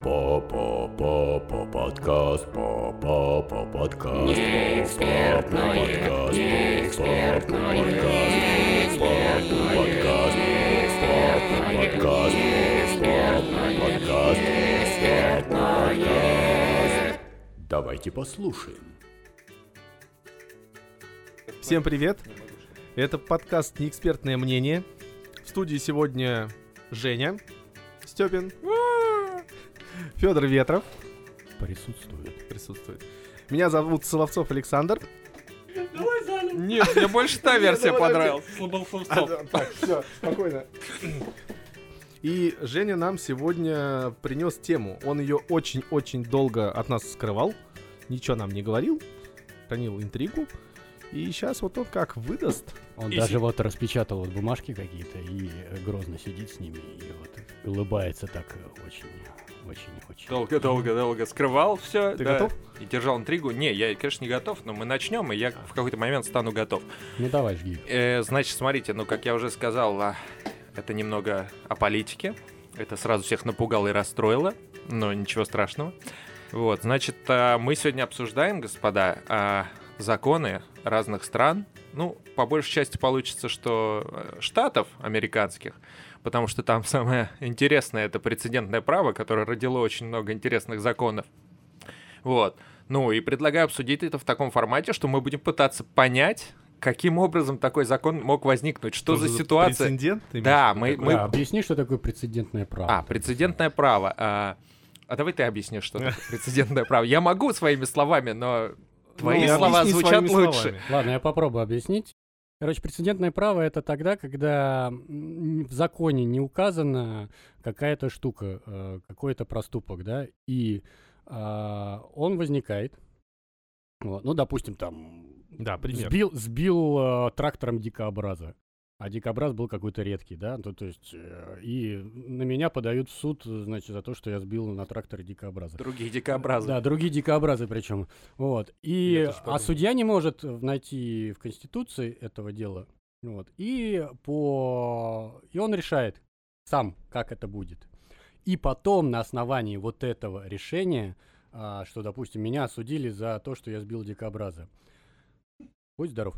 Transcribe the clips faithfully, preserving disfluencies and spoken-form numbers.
По-по-по-по подкаст, по-по-по подкаст, Неэкспертное, подкаст, неэкспертное, подкаст, подкаст, подкаст, подкаст. Давайте послушаем. Всем привет! Это подкаст «Неэкспертное мнение». В студии сегодня Женя Степин, Федор Ветров Присутствует. присутствует. Меня зовут Соловцов Александр. Нет, мне больше та версия понравилась. А, Так, все, спокойно. И Женя нам сегодня принес тему. Он ее очень-очень долго от нас скрывал, ничего нам не говорил, хранил интригу. И сейчас вот он как выдаст. Он И даже си- вот распечатал вот бумажки какие-то и грозно сидит с ними и вот улыбается так очень, очень, очень. Долго, долго, долго скрывал все. Ты готов? И держал интригу. Не, я, конечно, не готов, но мы начнем, и я в какой-то момент стану готов. Ну давай, жги. Э, значит, смотрите, ну, как я уже сказал, а, это немного о политике. Это сразу всех напугало и расстроило, но ничего страшного. Вот, значит, а, мы сегодня обсуждаем, господа, а, законы разных стран. Ну, по большей части получится, что э, штатов американских, потому что там самое интересное — это прецедентное право, которое родило очень много интересных законов. Вот. Ну, и предлагаю обсудить это в таком формате, что мы будем пытаться понять, каким образом такой закон мог возникнуть, что за ситуация. Прецедент? ты имеешь Да, в виду мы- такой? мы- Да, объясни, что такое прецедентное право. А, прецедентное право. А, а давай ты объяснишь, что такое прецедентное право. Я могу своими словами, но твои Ну, слова объясни звучат своими лучше. словами. Ладно, я попробую объяснить. Короче, прецедентное право — это тогда, когда м, в законе не указана какая-то штука, э, какой-то проступок, да, и а, он возникает. Вот, ну, допустим, там Да, пример. сбил, сбил э, трактором дикообраза, а дикообраз был какой-то редкий, да, то, то есть, э, и на меня подают в суд, значит, за то, что я сбил на тракторе дикообраза. Другие дикообразы. Да, другие дикообразы причем. Вот. И, Я тоже а подумал. судья не может найти в Конституции этого дела. Вот. И, по... и он решает сам, как это будет. И потом на основании вот этого решения, а, что, допустим, меня осудили за то, что я сбил дикообраза. Будь здоров.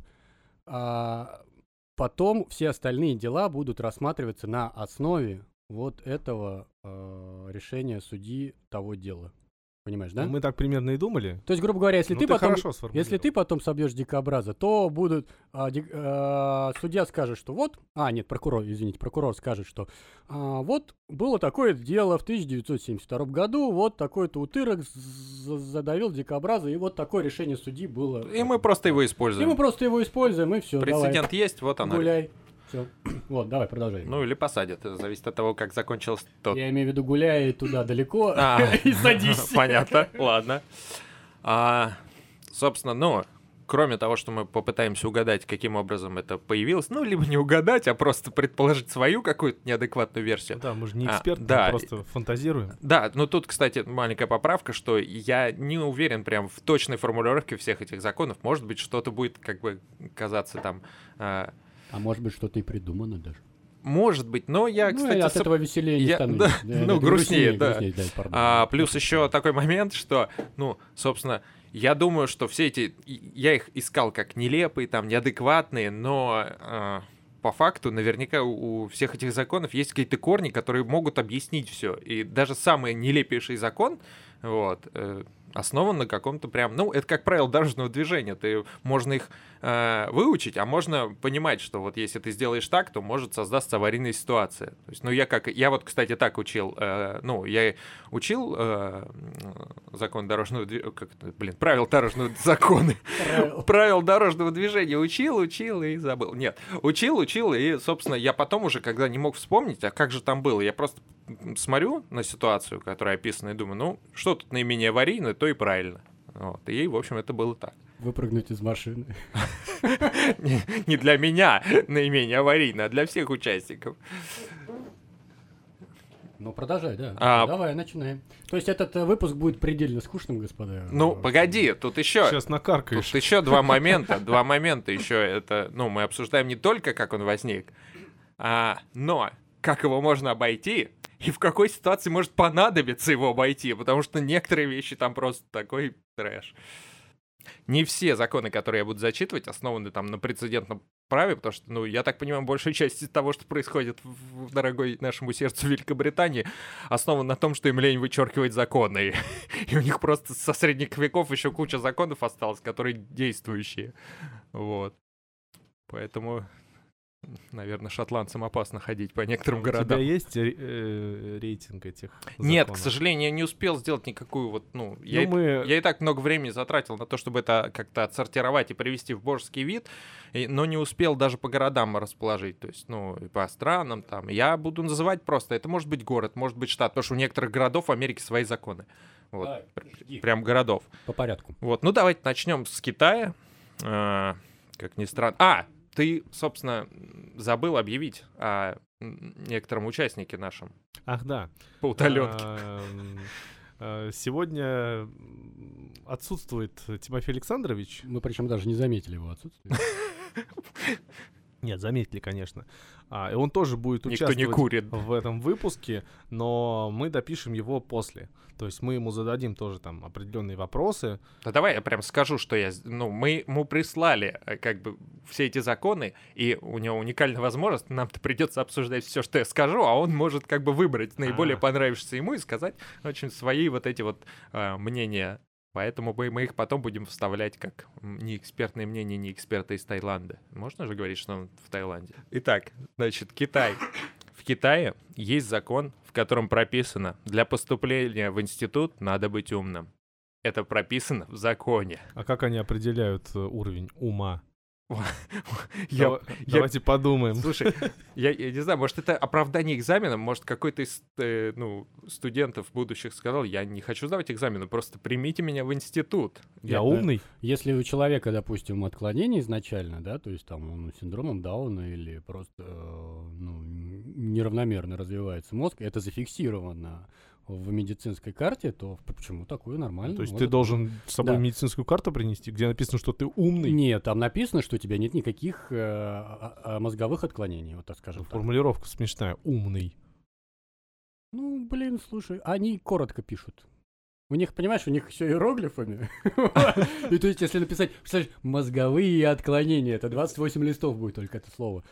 А, потом все остальные дела будут рассматриваться на основе вот этого а, решения судьи того дела. Понимаешь, да? Ну, мы так примерно и думали. То есть, грубо говоря, если Ну, ты, ты потом, хорошо сформулировал. если ты потом собьешь дикообраза, то будут а, дик- а, судья скажет, что вот, а нет, прокурор, извините, прокурор скажет, что а, вот было такое дело в тысяча девятьсот семьдесят втором году, вот такой-то утырок з- задавил дикообраза, и вот такое решение судьи было. И мы просто его И используем. мы просто его используем, и все. Прецедент есть, вот оно. Гуляй. Все. Вот, давай, продолжай. Ну или посадят, это зависит от того, как закончился тот. Я имею в виду, гуляй туда далеко А, и садись. Понятно, ладно. А, собственно, ну, кроме того, что мы попытаемся угадать, каким образом это появилось, ну, либо не угадать, а просто предположить свою какую-то неадекватную версию. Да, мы же не А, эксперты, мы да. просто фантазируем. Да, ну тут, кстати, маленькая поправка, что я не уверен прям в точной формулировке всех этих законов. Может быть, что-то будет как бы казаться там... а, А может быть, что-то и придумано даже. может быть, но я, Ну, кстати... и от соп- этого веселее не я- стану. да, Да, ну, да, грустнее, да. грустнее, пардон. А, плюс еще такой момент, что, ну, собственно, я думаю, что все эти... и- Я их искал как нелепые, там, неадекватные, но а, по факту наверняка у, у всех этих законов есть какие-то корни, которые могут объяснить все. И даже самый нелепейший закон, вот, э, основан на каком-то прям... Ну, это как правило дорожного движения. Ты, можно их э, выучить, а можно понимать, что вот если ты сделаешь так, то может создаться аварийная ситуация. То есть, ну, я как... Я вот, кстати, так учил... Э, ну, я учил э, закон дорожного движения... Как это, блин, правил дорожного... Законы. Правил. Правил дорожного движения учил, учил и забыл. Нет, учил, учил, и, собственно, я потом уже, когда не мог вспомнить, а как же там было, я просто смотрю на ситуацию, которая описана, и думаю, ну, что тут наименее аварийно, то и правильно. Вот. И, в общем, это было так. Выпрыгнуть из машины. Не не для меня наименее аварийно, а для всех участников. Ну, продолжай, да. А- Давай, начинаем. То есть этот э, выпуск будет предельно скучным, господа? Ну, погоди, тут еще... Сейчас накаркаешь. Тут еще два момента, два момента еще. Это, ну, мы обсуждаем не только, как он возник, а, но как его можно обойти и в какой ситуации может понадобиться его обойти, потому что некоторые вещи там просто такой трэш. Не все законы, которые я буду зачитывать, основаны там на прецедентном праве, потому что, ну, я так понимаю, большая часть из того, что происходит в дорогой нашему сердцу Великобритании, основана на том, что им лень вычеркивать законы. И у них просто со средних веков еще куча законов осталось, которые действующие. Вот. Поэтому, наверное, шотландцам опасно ходить по некоторым У городам. тебя есть ре- э, рейтинг этих Нет, к законов? сожалению, я не успел сделать никакую вот, ну, я, Ну, и, мы- я и так много времени затратил на то, чтобы это как-то отсортировать и привести в божеский вид, и- но не успел даже по городам расположить, то есть, ну, и по странам там. Я буду называть просто, это может быть город, может быть штат, потому что у некоторых городов в Америке свои законы. Вот, Давай, пр- жги. прям городов. По порядку. Вот, ну давайте начнем с Китая. А, как ни странно. А, ты, собственно, забыл объявить о м, некотором участнике нашем Ах, да. по удаленке. Ам, э, Сегодня м, отсутствует Тимофей Александрович. Мы причем даже не заметили его отсутствие. Нет, заметили, конечно. А, и он тоже будет Никто не участвовать курит. в этом выпуске, но мы допишем его после. То есть мы ему зададим тоже там определенные вопросы. Да давай я прям скажу, что я... с- Ну, мы ему прислали э, как бы все эти законы, и у него уникальная возможность, нам-то придется обсуждать все, что я скажу, а он может как бы выбрать наиболее А. понравившееся ему и сказать очень свои вот эти вот э, мнения. Поэтому мы, мы их потом будем вставлять как м, неэкспертные мнения не эксперта из Таиланда. Можно же говорить, что он в Таиланде? Итак, значит, Китай. В Китае есть закон, в котором прописано, для поступления в институт надо быть умным. Это прописано в законе. А как они определяют э, уровень ума? Я, Дава- я- Давайте подумаем. Слушай, я, я не знаю, может, это оправдание экзаменом, может, какой-то из э, ну, студентов будущих сказал, я не хочу сдавать экзамены, просто примите меня в институт. Я Нет, умный? Если у человека, допустим, отклонение изначально, да, то есть там он с синдромом Дауна или просто э, ну, н- неравномерно развивается мозг, это зафиксировано в медицинской карте, то почему такое нормально? То есть может ты должен с собой Да. медицинскую карту принести, где написано, что ты умный? Нет, там написано, что у тебя нет никаких э, а- а- мозговых отклонений, вот так скажем. так. Формулировка смешная. Умный. Ну, блин, слушай, они коротко пишут. У них, понимаешь, у них все иероглифами. И то есть, если написать, представляешь, мозговые отклонения, это двадцать восемь листов будет только это слово.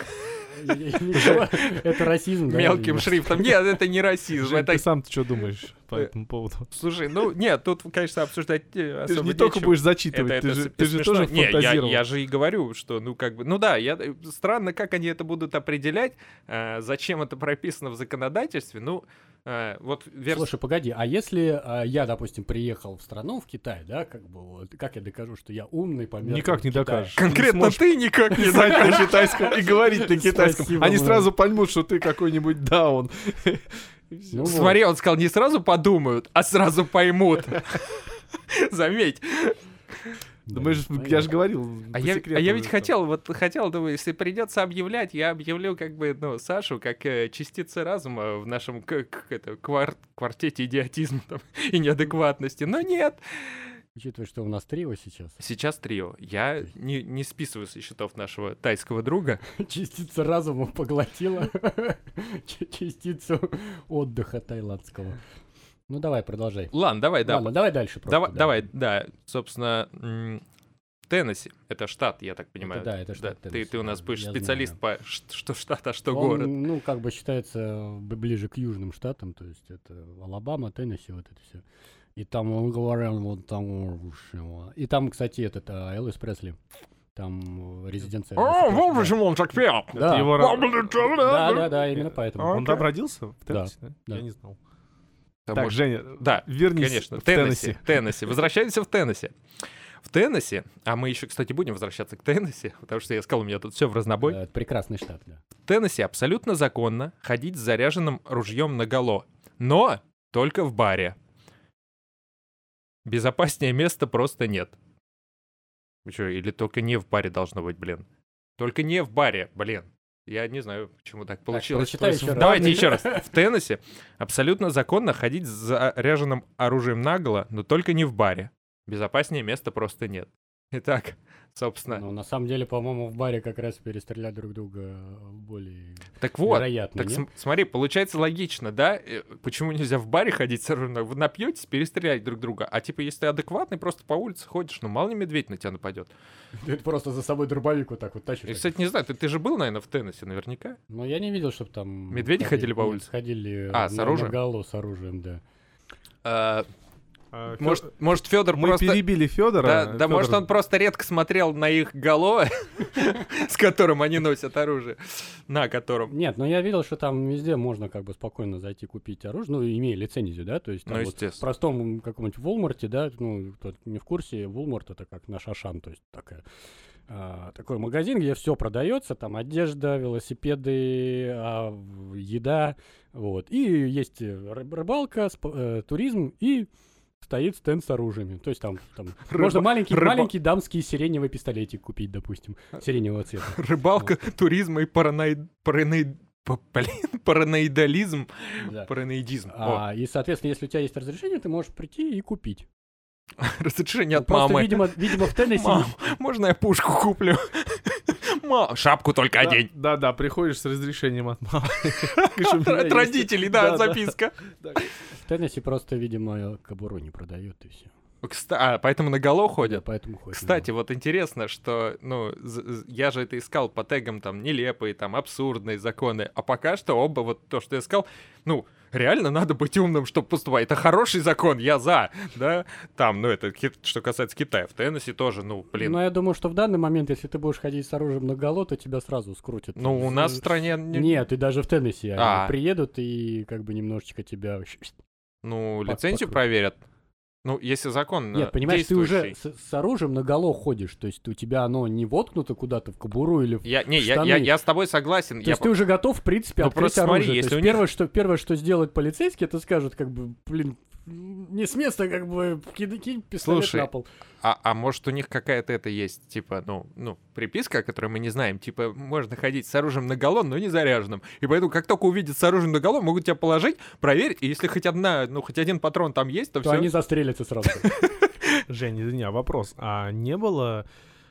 Ничего, это расизм, да? Мелким или- шрифтом. Нет, это не расизм. Жень, Это... ты сам-то что думаешь по Э, этому поводу? Слушай, ну нет, тут, конечно, обсуждать э, Ты же особо не только нечего. будешь зачитывать, Это- ты это же, с- ты же смешно. тоже Не, я, фантазировал. я же и говорю, что, ну, как бы, ну да, я, э, странно, как они это будут определять, э, зачем это прописано в законодательстве, ну, э, вот верс- Слушай, погоди, а если а, я, допустим, приехал в страну, в Китай, да, как бы, вот, как я докажу, что я умный по меркам Никак не Китая? докажешь. конкретно сможешь ты никак не писать докажешь. на китайском и говорить на китайском. Спасибо, Они Влад. сразу поймут, что ты какой-нибудь даун. И всё. Ну вот. Смотри, он сказал, не сразу подумают, а сразу поймут. Заметь. Да мы же- Блин, я же понятно. говорил. А по я, секрету, а я ведь что- хотел, вот хотел, думаю, если придется объявлять, я объявлю как бы, ну, Сашу как э, частицы разума в нашем к- к- это, квар- квартете идиотизма там, и неадекватности. Но нет. Учитывая, что у нас трио сейчас. Сейчас трио. Я не, не списываю со счетов нашего тайского друга. Частица разума поглотила ч- частицу отдыха таиландского. Ну давай, продолжай. Ладно, давай, да. Ладно, давай дальше просто. Давай, да. давай, да. Собственно, м, Теннесси. Это штат, я так понимаю. да, это штат Ты, Теннесси, ты у нас да, будешь я специалист знаю. по ш- что штат, а что Он, город. ну, как бы считается б- ближе к южным штатам, то есть это Алабама, Теннесси, вот это все. И там он говорил, вот там... И там, кстати, этот а, Элвис Пресли. Там э, резиденция. О, Элвиса вот Пресли, почему он так пел. да. Да. Его ра- Да, да, да, именно поэтому. Он там родился? В Да, Теннесси, да? да. Я не знал. Там Так, может- Женя, Да, вернись конечно, в Теннесси. Теннесси. Теннесси. Возвращаемся в Теннесси. В Теннесси, а мы еще, кстати, будем возвращаться к Теннесси, потому что я сказал, у меня тут все в разнобой. Да, это прекрасный штат, да. В Теннесси абсолютно законно ходить с заряженным ружьем наголо, но только в баре. Безопаснее места просто нет. Вы что, или только не в баре должно быть, блин? Только не в баре, блин. Я не знаю, почему так получилось. прочитай То есть, еще раз. Давайте еще раз. В Теннесси абсолютно законно ходить с заряженным оружием наголо, но только не в баре. Безопаснее места просто нет. Итак, собственно. Ну, на самом деле, по-моему, в баре как раз перестрелять друг друга более Так вот, вероятно, так нет? см- смотри, получается логично, да? Э, Почему нельзя в баре ходить с оружием? Вы напьетесь, перестрелять друг друга. А типа, если ты адекватный, просто по улице ходишь, ну мало ли медведь на тебя нападет. Ты просто за собой дробовик вот так вот тащишь. И, кстати, не знаю, ты, ты же был, наверное, в Теннессе наверняка. Но я не видел, чтобы там... Медведи ходили по нет, улице? Ходили А, с на- оружием? наголо с оружием, да. А, Фё- Может, может Федор Мы просто... перебили Федора. Да, да, может, он просто редко смотрел на их головы, с которым они носят оружие, на котором. Нет, но я видел, что там везде можно как бы спокойно зайти купить оружие, ну, имея лицензию, да, то есть там Ну, вот естественно. в простом каком-нибудь Walmart, да, ну, кто не в курсе, Walmart это как наш Ашан, то есть такая, а, такой магазин, где все продается, там одежда, велосипеды, а, в- еда, вот, и есть ры- рыбалка, сп- э, туризм и стоит стенд с оружиями. То есть там, там Рыба- можно маленький, рыба- маленький дамский сиреневый пистолетик купить, допустим, сиреневого цвета. Рыбалка, туризм и параноид... параноид... п- Блин, параноидализм, Да. параноидизм. О, А, и, соответственно, если у тебя есть разрешение, ты можешь прийти и купить. разрешение Ну, от просто, мамы. видимо, видимо, в Теннесси... Мам, можно я пушку куплю? Мам, шапку только Да, одень. Да, да, приходишь с разрешением от мамы. Говоришь, «У меня От есть». родителей, да, Да, да. записка. В Теннесси просто, видимо, кобуру не продают, и все. Кста- А, поэтому наголо ходят? Поэтому ходят. Кстати, вот интересно, что, ну, з- з- я же это искал по тегам, там, нелепые, там, абсурдные законы, а пока что оба, вот то, что я искал, ну, реально надо быть умным, чтобы поступать. Это хороший закон, я за, да? Там, ну, это, ки- что касается Китая, в Теннесси тоже, ну, блин. Но я думаю, что в данный момент, если ты будешь ходить с оружием наголо, то тебя сразу скрутят. Ну, у нас в С- стране... не- Нет, и даже в Теннесси они А. приедут и как бы немножечко тебя... Ну, Под- лицензию подкрутят. проверят. Ну, если закон Нет, э, понимаешь, ты уже действующий. с, с оружием наголо ходишь, то есть у тебя оно не воткнуто куда-то в кобуру или в... Я, не, я, я, штаны. я с тобой согласен. То я есть по- ты уже готов, в принципе, Ну, открыть просто смотри, оружие. если То у есть них- первое, что, первое, что сделают полицейские, это скажут, как бы, блин, не с места, как бы, кинь, кинь пистолет Слушай, на пол. А, а может у них какая-то это есть, типа, ну, ну, приписка, которую мы не знаем, типа, можно ходить с оружием наголо, но не заряженным. И поэтому, как только увидят с оружием наголо, могут тебя положить, проверить, и если хоть одна, ну, хоть один патрон там есть, то, То все. они застрелятся сразу. Жень, извини, а вопрос. А не было,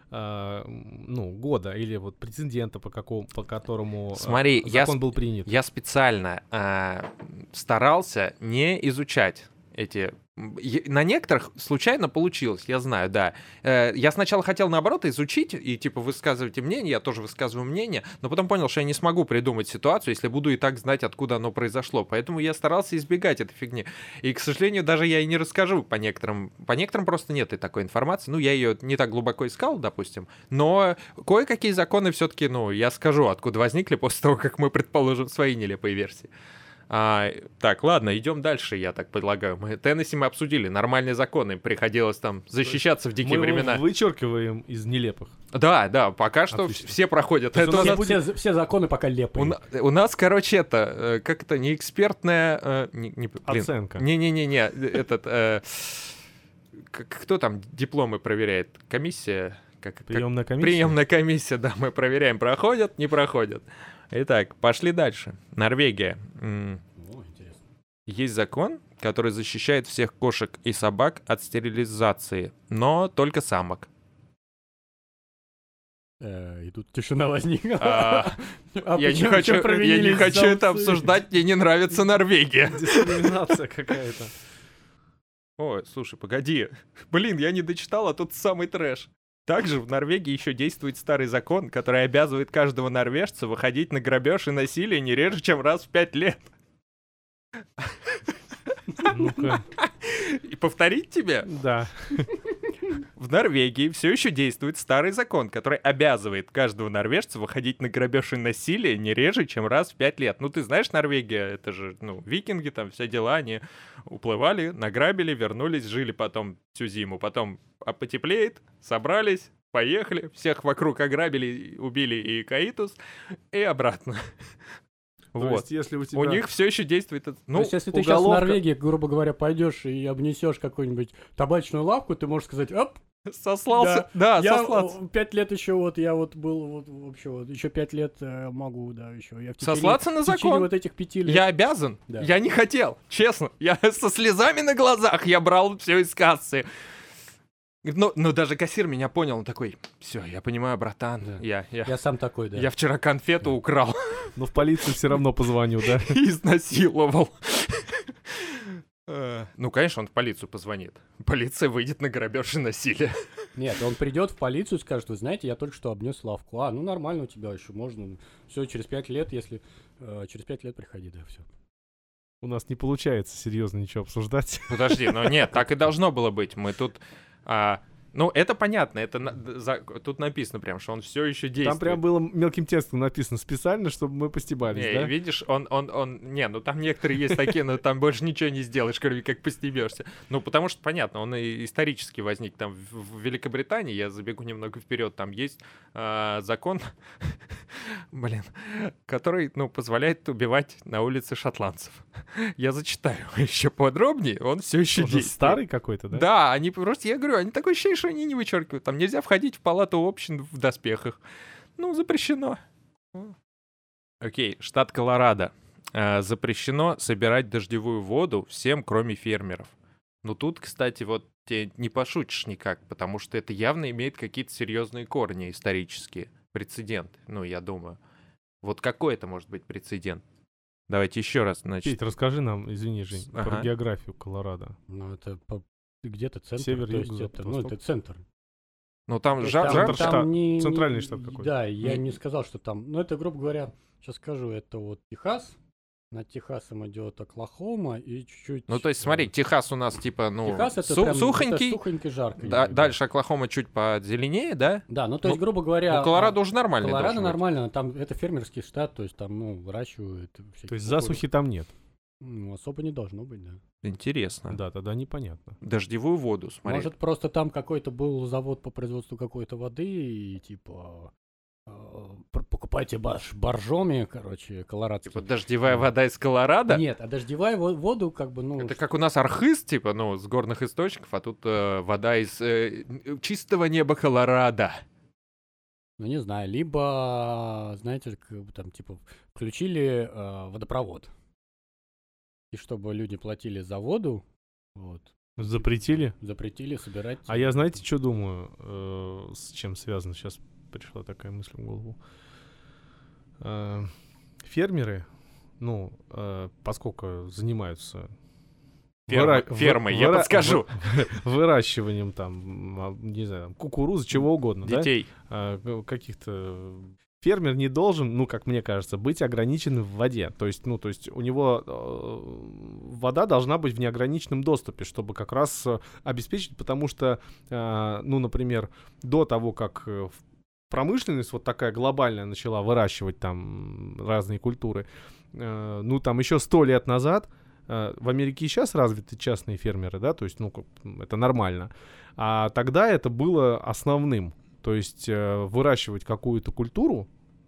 а, ну, года или вот прецедента, по, какому, по которому а, Смотри, я закон сп- был принят? Я специально а, старался не изучать эти... м, е- На некоторых случайно получилось, я знаю, да. Э, Я сначала хотел, наоборот, изучить и, типа, высказывайте мнение, я тоже высказываю мнение, но потом понял, что я не смогу придумать ситуацию, если буду и так знать, откуда оно произошло. Поэтому я старался избегать этой фигни. И, к сожалению, даже я и не расскажу по некоторым... По некоторым просто нет и такой информации. Ну, я ее не так глубоко искал, допустим, но кое-какие законы все-таки, ну, я скажу, откуда возникли после того, как мы предположим свои нелепые версии. А, так, ладно, идем дальше, я так предлагаю. Мы Теннесси мы обсудили, нормальные законы, приходилось там защищаться в дикие Мы времена. его вычеркиваем из нелепых. Да, да, пока что Отлично. все проходят. То есть Это у у нас нас, Все, все- все законы пока у, лепые. на- у нас, короче, это, э, как это, не экспертная... э, не, не- блин, Оценка. Не-не-не-не, этот... э, к- кто там дипломы проверяет? Комиссия? Как, как- Приемная комиссия. Приемная комиссия, да, мы проверяем, проходят, не проходят. Итак, пошли дальше. Норвегия. М, О, интересно. Есть закон, который защищает всех кошек и собак от стерилизации, но только самок. Э, И тут тишина возникла. А, А Я не почему- хочу, почему я провинились не хочу это самцы? обсуждать, мне не нравится Норвегия. Дискриминация какая-то. Ой, слушай, погоди. Блин, я не дочитал, а тут самый трэш. Также в Норвегии еще действует старый закон, который обязывает каждого норвежца выходить на грабеж и насилие не реже, чем раз в пять лет. Ну-ка. И повторить тебе? Да. В Норвегии все еще действует старый закон, который обязывает каждого норвежца выходить на грабеж и насилие не реже, чем раз в пять лет. Ну, ты знаешь, Норвегия, это же, ну, викинги, там, все дела, они уплывали, награбили, вернулись, жили потом всю зиму. Потом а потеплеет, собрались, поехали, всех вокруг ограбили, убили и Каитус, и обратно. То Вот. есть, если у тебя... У них все еще действует... это- То Ну, есть, если ты сейчас в уголовка- Норвегии, грубо говоря, пойдешь и обнесешь какую-нибудь табачную лавку, ты можешь сказать, оп, сослался... Да, я сослаться. о, пять лет еще вот, я вот был, вот, вообще, вот, еще пять лет э, могу, да, еще. Я в течение- Сослаться на в течение закон. вот этих пяти лет. Я обязан. Да. Я не хотел, честно. Я со слезами на глазах я брал все из кассы. Ну, ну, даже кассир меня понял, он такой, все, я понимаю, братан, Да. я, я, Я сам такой, да. я вчера конфету украл Но в полицию все равно позвоню, да? и изнасиловал. Э, Ну, конечно, он в полицию позвонит. Полиция выйдет на грабеж и насилие. Нет, он придет в полицию и скажет, вы знаете, я только что обнес лавку. А, ну нормально у тебя еще, можно. Все, через пять лет, если... э, через пять лет приходи, да, все. У нас не получается серьезно ничего обсуждать. Подожди, ну нет, так и должно было быть. Мы тут... а, ну, это понятно, это на- за- тут написано прям, что он все еще действует. Там прям было мелким текстом написано специально, чтобы мы постебались, Не, да? видишь, он, он, он, не, ну там некоторые есть такие, но там больше ничего не сделаешь, кроме как постебешься. Ну, потому что, понятно, он и исторически возник там в, в Великобритании, я забегу немного вперед, там есть а, закон, блин, который, ну, позволяет убивать на улице шотландцев. Я зачитаю еще подробнее, он все еще Уже действует. старый какой-то, да? Да, они просто, я говорю, они такое ощущение, что они не вычеркивают. Там нельзя входить в палату общин в доспехах. Ну, запрещено. Окей, штат Колорадо. Э, запрещено собирать дождевую воду всем, кроме фермеров. Ну, тут, кстати, вот тебе не пошутишь никак, потому что это явно имеет какие-то серьезные корни исторические. Прецедент, ну, я думаю. Вот какой это может быть прецедент? Давайте еще раз, значит. Петь, расскажи нам, извини, Жень, Ага. про географию Колорадо. Ну, это по- где-то центр, Север, то юг, есть запад, это, ну, восток. это центр. Ну, там То есть жар, там- жар- Центр там штат, не- не- центральный штат какой-то. Да, я Не- не сказал, что там. Ну, это, грубо говоря, сейчас скажу, это вот Техас. Над Техасом идет Оклахома и чуть-чуть... Ну, то есть, э, смотри, Техас у нас типа, ну, Техас это су- прям сухонький, это сухонький, жарко. да- именно. дальше Оклахома чуть позеленее, да? Да, ну то Ну, есть, грубо говоря... Ну, Колорадо а, уже нормальный Колорадо должен быть. нормально, там это фермерский штат, то есть там, ну, выращивают... всякие То есть культуры. засухи там нет. Ну, особо не должно быть, да. Интересно. Да, тогда непонятно. Дождевую воду, смотри. Может, просто там какой-то был завод по производству какой-то воды, и типа... э, пр- покупайте баш, боржоми, короче, колорадские. Типа дождевая вода из Колорадо? Нет, а дождевая во- воду, как бы, ну... Это как у нас архыз, типа, ну, с горных источников, а тут э, вода из э, чистого неба Колорадо. Ну, не знаю, либо, знаете, как бы там, типа, включили э, водопровод. И чтобы люди платили за воду, вот, Запретили? запретили собирать... А я, знаете, что думаю, э, с чем связано? Сейчас пришла такая мысль в голову. Э, фермеры, ну, э, поскольку занимаются... Ферма- выра- фермой, я выра- подскажу. вы- выращиванием там, а, не знаю, там, кукурузы, чего угодно, да? Детей. А, г- каких-то... Фермер не должен, ну, как мне кажется, быть ограничен в воде. То есть, ну, то есть у него э, вода должна быть в неограниченном доступе, чтобы как раз э, обеспечить, потому что, э, ну, например, до того, как э, в- промышленность вот такая глобальная начала выращивать там разные культуры, э, ну, там еще сто лет назад э, в Америке и сейчас развиты частные фермеры, да, то есть, ну, как- это нормально. А тогда это было основным. То есть э, выращивать какую-то культуру,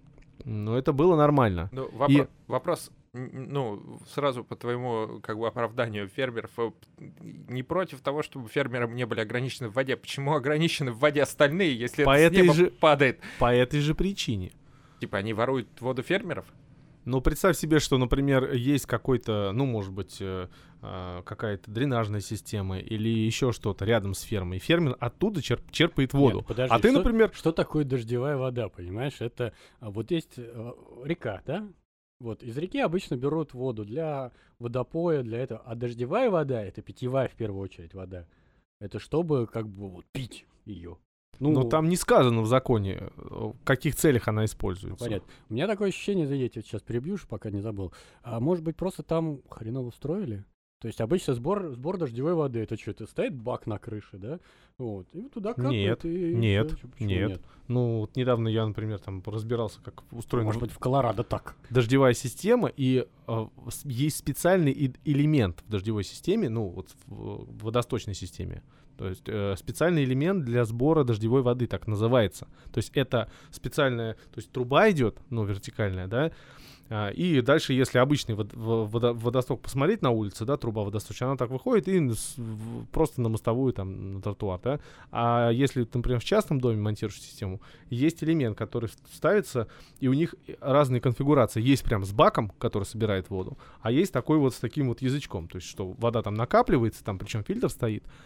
ну, это было нормально. Ну, вопро- И- Вопрос, н- ну, сразу по твоему, как бы, оправданию фермеров, э, не против того, чтобы фермеры не были ограничены в воде. Почему ограничены в воде остальные, если По это с этой неба же- падает? По этой же причине. Типа, они воруют воду фермеров? Ну, представь себе, что, например, есть какой-то, ну, может быть, э, э, какая-то дренажная система или еще что-то рядом с фермой. И фермер оттуда черп- черпает воду. Нет, подожди, а ты, что- например... Что такое дождевая вода, понимаешь? Это а, вот есть э, река, да? Вот, из реки обычно берут воду для водопоя, для этого. А дождевая вода — это питьевая, в первую очередь, вода. Это чтобы, как бы, вот, пить ее. Ну, там не сказано в законе, э, в каких целях она используется. Понятно. У меня такое ощущение, я тебя сейчас перебью, ж, пока не забыл. А может быть, просто там хреново устроили? То есть обычно сбор, сбор дождевой воды, это что, это стоит бак на крыше, да? Вот, и вот туда капает. Нет, и, и нет, всё. Чё- почему нет. Ну, вот недавно я, например, там разбирался, как устроена Может быть, в Колорадо так. дождевая система, и э, с- есть специальный и- элемент в дождевой системе, ну, вот в, в водосточной системе. То есть э, специальный элемент для сбора дождевой воды, так называется. То есть это специальная, то есть труба идет, ну, вертикальная, да, а, и дальше, если обычный вод- в- водо- водосток посмотреть на улице, да, труба водосточная, она так выходит и с- в- просто на мостовую, там, на тротуар, да. А если ты, например, в частном доме монтируешь систему, есть элемент, который ставится, и у них разные конфигурации. Есть прям с баком, который собирает воду, а есть такой вот с таким вот язычком, то есть что вода там накапливается, там причем фильтр стоит,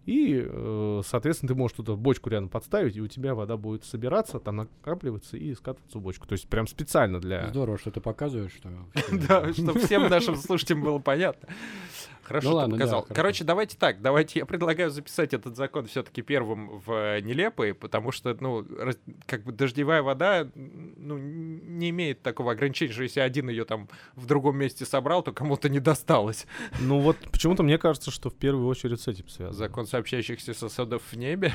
И, э, соответственно, ты можешь туда бочку рядом подставить, и у тебя вода будет собираться, там накапливаться и скатываться в бочку. То есть прям специально для... Здорово, что ты показываешь, что... Да, чтобы всем нашим слушателям было понятно. Хорошо, Ну ты ладно, да, показал. хорошо. Короче, давайте так, давайте я предлагаю записать этот закон все-таки первым в нелепые, потому что, ну, раз- как бы дождевая вода, ну, не имеет такого ограничения, что если один ее там в другом месте собрал, то кому-то не досталось. Ну вот почему-то мне кажется, что в первую очередь с этим связано. Закон сообщающихся сосудов в небе.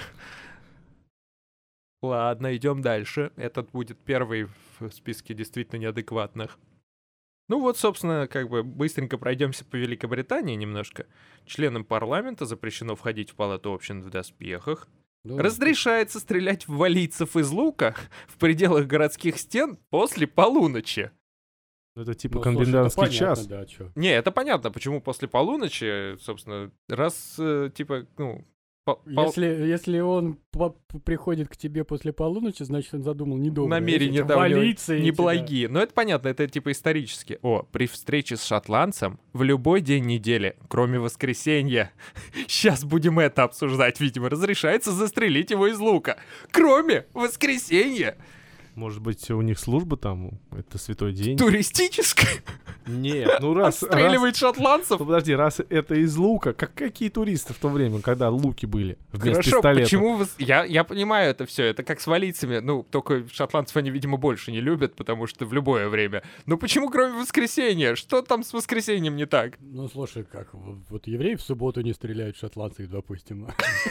Ладно, идем дальше. Этот будет первый в списке действительно неадекватных. Ну вот, собственно, как бы быстренько пройдемся по Великобритании немножко. Членам парламента запрещено входить в палату общин в доспехах. Ну, Разрешается стрелять в валийцев из лука в пределах городских стен после полуночи. Это типа ну, слушай, это комендантский понятно, час. да, чё. Не, это понятно, почему после полуночи, собственно, раз, э, типа, ну... по- пол- Если, если он по- п- приходит к тебе после полуночи, значит, он задумал недоброе. намерения Эти да, у него валийцы эти, неблагие. Но это понятно, это типа исторически. О, при встрече с шотландцем в любой день недели, кроме воскресенья, сейчас будем это обсуждать, видимо, разрешается застрелить его из лука. Кроме воскресенья, Может быть, у них служба там, это святой день? туристическая, Нет, ну раз... раз... отстреливает шотландцев. Ну, подожди, раз это из лука, как какие туристы в то время, когда луки были вместо Хорошо, пистолета? почему вы... Я, я понимаю это все, это как с валийцами, ну, только шотландцев они, видимо, больше не любят, потому что в любое время. Но почему кроме воскресенья? Что там с воскресеньем не так? Ну, слушай, как, в- вот евреи в субботу не стреляют, шотландцы, допустим.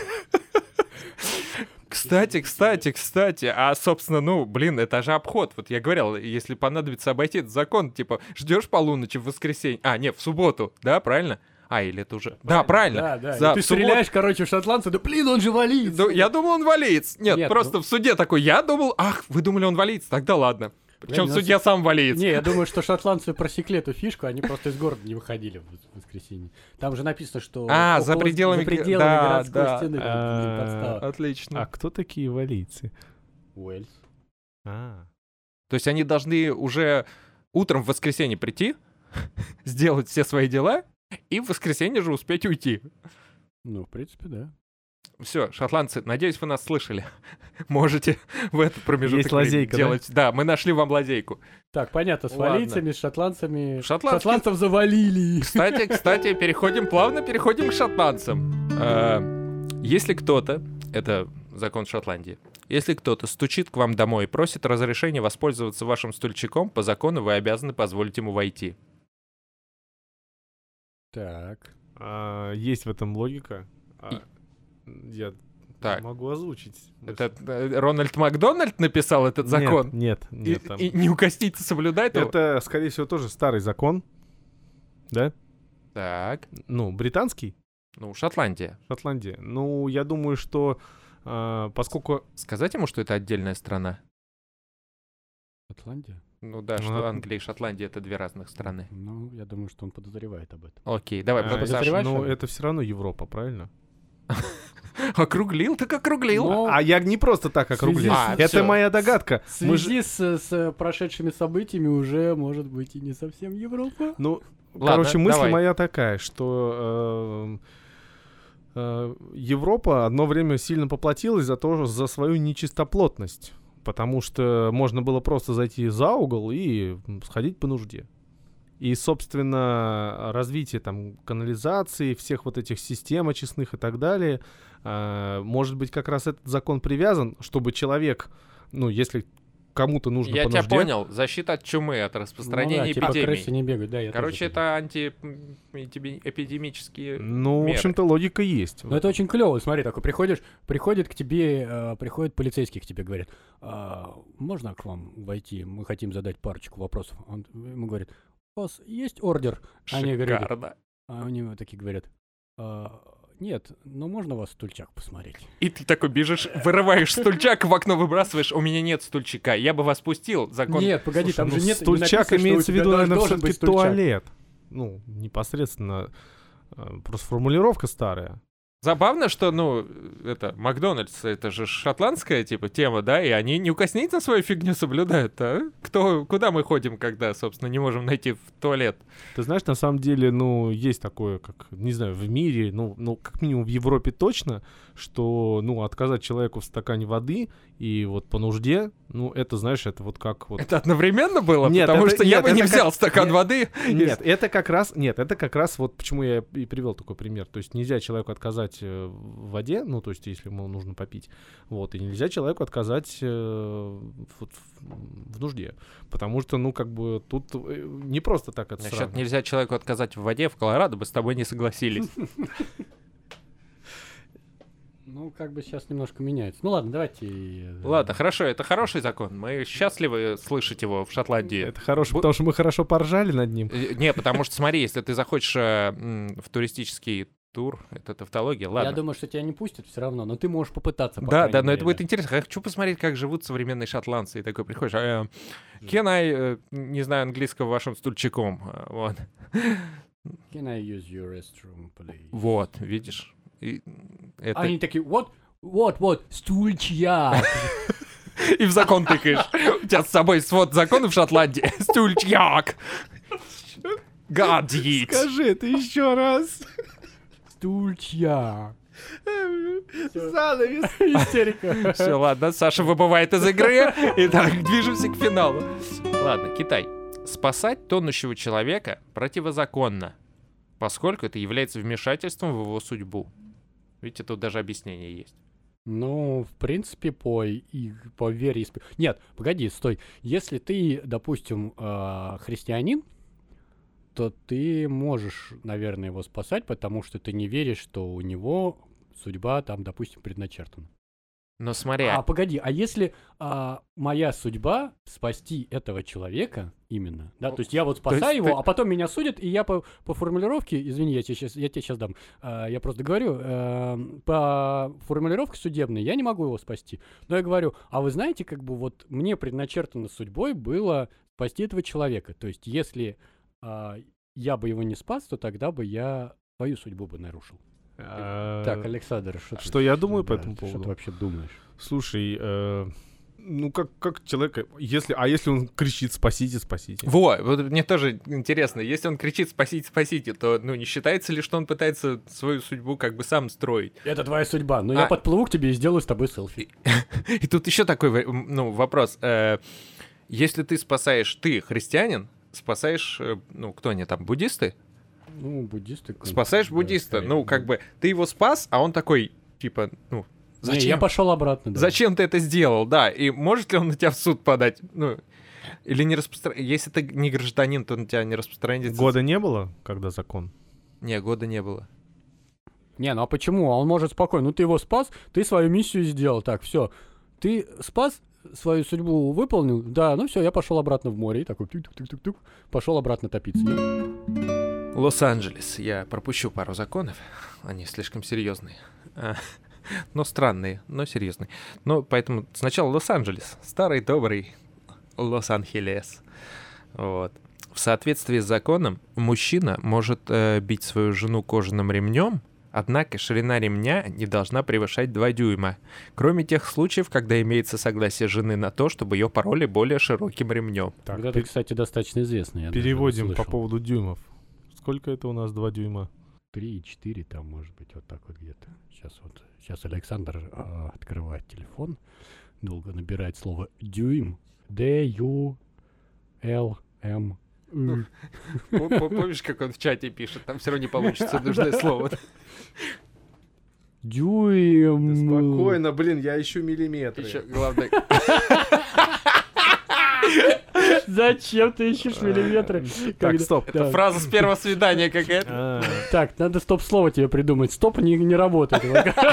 Кстати, кстати, кстати, а, собственно, ну, блин, это же обход. Вот я говорил, если понадобится обойти этот закон, типа, ждешь полуночи в воскресенье, а, нет, в субботу, да, правильно? А, или это уже... Да, правильно. Да, да. За- И ты в субботу- стреляешь, короче, в шотландца, да блин, он же валиец. Ну, я думал, он валиец. Нет, Нет, просто ну- в суде такой, я думал, ах, вы думали, он валиец, тогда ладно. Причем ну, судья сам валиец. Не, я думаю, что шотландцы просекли эту фишку, они просто из города не выходили в в воскресенье. Там же написано, что... А, за около- пределами за г- пределами да, городской да. стены. там, А, блин, подстава. Отлично. А кто такие валийцы? Уэльс. А, То есть они должны уже утром в воскресенье прийти, сделать все свои дела, и в воскресенье же успеть уйти. Ну, в принципе, да. Все, шотландцы, надеюсь, вы нас слышали. Можете в этот промежуток Есть времени лазейка, да? делать. Да? мы нашли вам лазейку. Так, понятно, с Ладно. валийцами, с шотландцами. Шотландские- Шотландцев завалили. Кстати, кстати, переходим, плавно переходим к шотландцам. Э, Если кто-то, это закон Шотландии, если кто-то стучит к вам домой и просит разрешения воспользоваться вашим стульчиком, по закону вы обязаны позволить ему войти. Так. а, есть в этом логика. А, я Так. могу озвучить. Это э, Рональд Макдональд написал этот закон? Нет, нет, И, нет, там- и неукоснительно соблюдать его? Это, скорее всего, тоже старый закон, да? Так, Ну, британский, ну, Шотландия. Шотландия. Ну, я думаю, что а, поскольку... Сказать ему, что это отдельная страна? Шотландия? Ну да, Ну, что а- Англия и Шотландия — это две разных страны. Ну, я думаю, что он подозревает об этом. Окей, давай, а, Саша. подозреваешь? ну, что ли? это все равно Европа, правильно? Округлил, так округлил. Ну, А я не просто так в связи округлил. с- А, Это всё. моя догадка. В Мы же- связи с, с прошедшими событиями уже, может быть, и не совсем Европа. Ну, Ладно, короче, мысль давай. моя такая, что э, э, Европа одно время сильно поплатилась за то, за свою нечистоплотность. Потому что можно было просто зайти за угол и сходить по нужде. И, собственно, развитие там канализации, всех вот этих систем очистных и так далее, э, может быть, как раз этот закон привязан, чтобы человек, ну, если кому-то нужно Я по тебя нужде... понял. Защита от чумы, от распространения Ну да, типа крысы эпидемий. не бегают, да, я Короче, тоже это антиэпидемические Ну, в меры. общем-то, логика есть. Ну, это очень клево. Смотри, такой приходишь, приходит к тебе, э, приходит полицейский к тебе, говорит, «А, можно к вам войти? Мы хотим задать парочку вопросов. Он ему говорит, у вас есть ордер? Они говорят, Шикарно. а они ему такие говорят, «А, нет, но можно вас стульчак посмотреть? И ты такой бежишь, вырываешь стульчак, в окно выбрасываешь, у меня нет стульчика, я бы вас пустил, закон... Нет, погоди, Слушай, там ну, же нет. не стульчак написано, что у имеется в тебя виду, должен- наверное, должен все-таки быть стульчак. туалет. Ну, непосредственно. э, Просто формулировка старая. Забавно, что, ну, это, Макдональдс, это же шотландская, типа, тема, да, и они неукоснительно свою фигню соблюдают, а? Кто, куда мы ходим, когда, собственно, не можем найти в туалет? Ты знаешь, на самом деле, ну, есть такое, как, не знаю, в мире, ну, ну, как минимум в Европе точно, что, ну, отказать человеку в стакане воды и вот по нужде, ну, это, знаешь, это вот как вот... Это одновременно было? Нет, Потому это- что я нет, бы не это взял как- стакан нет, воды. Нет, это как раз, нет, это как раз вот почему я и привел такой пример. То есть нельзя человеку отказать э, в воде, ну, то есть если ему нужно попить, вот, и нельзя человеку отказать э, вот в, в нужде, потому что, ну, как бы тут э, не просто так это Насчет сравнивать. нельзя человеку отказать в воде, в Колорадо бы с тобой не согласились. Ну, как бы сейчас немножко меняется. Ну ладно, давайте... э, Ладно, хорошо, это хороший закон. Мы счастливы слышать его в Шотландии. Это хорошо, Бу- потому что мы хорошо поржали над ним. Э, Не, потому что смотри, если ты захочешь э, м, в туристический тур, это тавтология, ладно. Я думаю, что тебя не пустят все равно, но ты можешь попытаться. по Да, крайней да, но это мере. будет интересно. Я хочу посмотреть, как живут современные шотландцы. И такой приходишь, э, can I, э, не знаю английского вашим стульчиком. Э, Вот. Can I use your restroom, please? Вот, видишь? И, это... Они такие, вот, вот, вот, стульчья. И в закон тыкаешь. У тебя с собой свод законов в Шотландии. Стульчак. Гадит. Скажи это еще раз. Стульчья. Занавес. Истерика. Все, ладно, Саша выбывает из игры. Итак, движемся к финалу. Ладно, Китай. Спасать тонущего человека противозаконно, поскольку это является вмешательством в его судьбу. Видите, тут даже объяснение есть. Ну, в принципе, по, и, по вере... исп- Нет, погоди, стой. Если ты, допустим, э, христианин, то ты можешь, наверное, его спасать, потому что ты не веришь, что у него судьба там, допустим, предначертана. Но смотри, А, погоди, а если а, моя судьба спасти этого человека именно, да, то есть я вот спасаю есть его, ты- а потом меня судят, и я по, по формулировке, извини, я тебе сейчас, я тебе сейчас дам, а, я просто говорю, э, по формулировке судебной я не могу его спасти, но я говорю, а вы знаете, как бы вот мне предначертано судьбой было спасти этого человека, то есть если а, я бы его не спас, то тогда бы я свою судьбу бы нарушил. Так, Александр, что ты- Что я думаю по да, этому Что поводу? ты вообще думаешь? Слушай, э, ну как, как человека, если, а если он кричит «спасите, спасите»? во, вот мне тоже интересно, если он кричит «спасите, спасите», то, ну, не считается ли, что он пытается свою судьбу как бы сам строить? Это твоя судьба, но А- я подплыву к тебе и сделаю с тобой селфи. И тут еще такой, во- м, ну, вопрос. Э, Если ты спасаешь, ты христианин, спасаешь, э, ну, кто они там, буддисты? Ну, буддисты. Спасаешь да, буддиста. скорее. Ну, как бы, ты его спас, а он такой, типа, ну, Не, зачем? я пошел обратно. Да. Зачем ты это сделал, да? И может ли он на тебя в суд подать? Ну, или не распространить? Если ты не гражданин, то на тебя не распространится. Года не было, когда закон? Не, года не было. Не, ну а почему? А он может спокойно. Ну, ты его спас, ты свою миссию сделал. Так, все. Ты спас, свою судьбу выполнил. Да, ну все, я пошел обратно в море. И такой тук-тук-тук-тук, пошел обратно топиться. Нет? Лос-Анджелес. Я пропущу пару законов. Они слишком серьезные. А, Но странные, но серьезные. Ну, поэтому сначала Лос-Анджелес. Старый добрый Лос-Анджелес. Вот. В соответствии с законом, мужчина может э, бить свою жену кожаным ремнем, однако ширина ремня не должна превышать два дюйма, кроме тех случаев, когда имеется согласие жены на то, чтобы ее пороли более широким ремнем. Так, Вот это, пе- кстати, достаточно известно. я даже переводим по слышал. поводу дюймов. Сколько это у нас два дюйма? Три и четыре там, может быть, вот так вот где-то. Сейчас вот, сейчас Александр а, открывает телефон, долго набирает слово дюйм. Д Ю Л М. М. Помнишь, как он в чате пишет? Там все равно не получится нужное слово. Дюйм. Спокойно, блин, я ищу миллиметры. Еще главное... Зачем ты ищешь миллиметры? Так, Когда- стоп. Да. Фраза с первого свидания какая-то. А, Так, надо стоп-слово тебе придумать. Стоп не, не работает.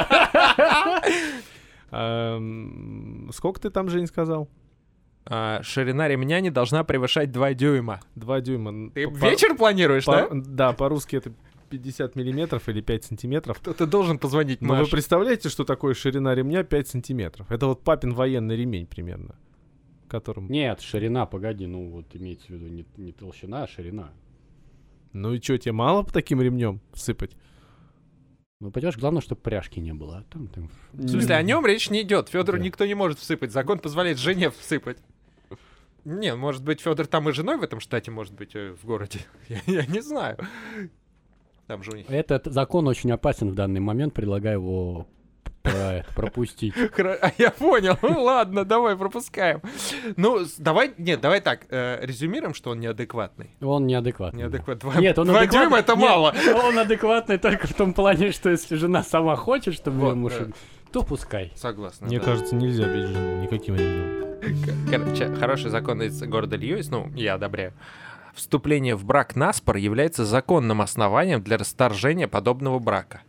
ам, Сколько ты там, Жень, сказал? А, ширина ремня не должна превышать два дюйма. Два дюйма. Ты По- вечер планируешь, по- да? Да, по-русски это пятьдесят миллиметров или пять сантиметров. Кто-то должен позвонить Но вы Маше. представляете, что такое ширина ремня пять сантиметров? Это вот папин военный ремень примерно. Которым... Нет, ширина, погоди, ну вот имеется в виду не, не толщина, а ширина. Ну и что, тебе мало по таким ремнем сыпать? Ну, понимаешь, главное, чтобы пряжки не было. А там, там... В смысле, о нем речь не идет. Федору Да. никто не может всыпать. Закон позволяет жене всыпать. Не, может быть, Федор там и женой в этом штате, может быть, э, в городе. Я, я не знаю. Там же у них... Этот закон очень опасен в данный момент, предлагаю его про- пропустить. Хра- А я понял. Ну ладно, давай пропускаем. Ну, с- давай, нет, давай так, э, резюмируем, что он неадекватный. Он неадекватный. Неадекват. Два, Нет, он два адекватный. дюйма это Нет, мало. Он адекватный только в том плане, что если жена сама хочет, чтобы Вот, ее муж... да. То пускай. Согласна. Мне да. кажется, нельзя бить жену никаким ремнем. К- Короче, хороший закон из города Льюис, ну, я одобряю. Вступление в брак наспор является законным основанием для расторжения подобного брака.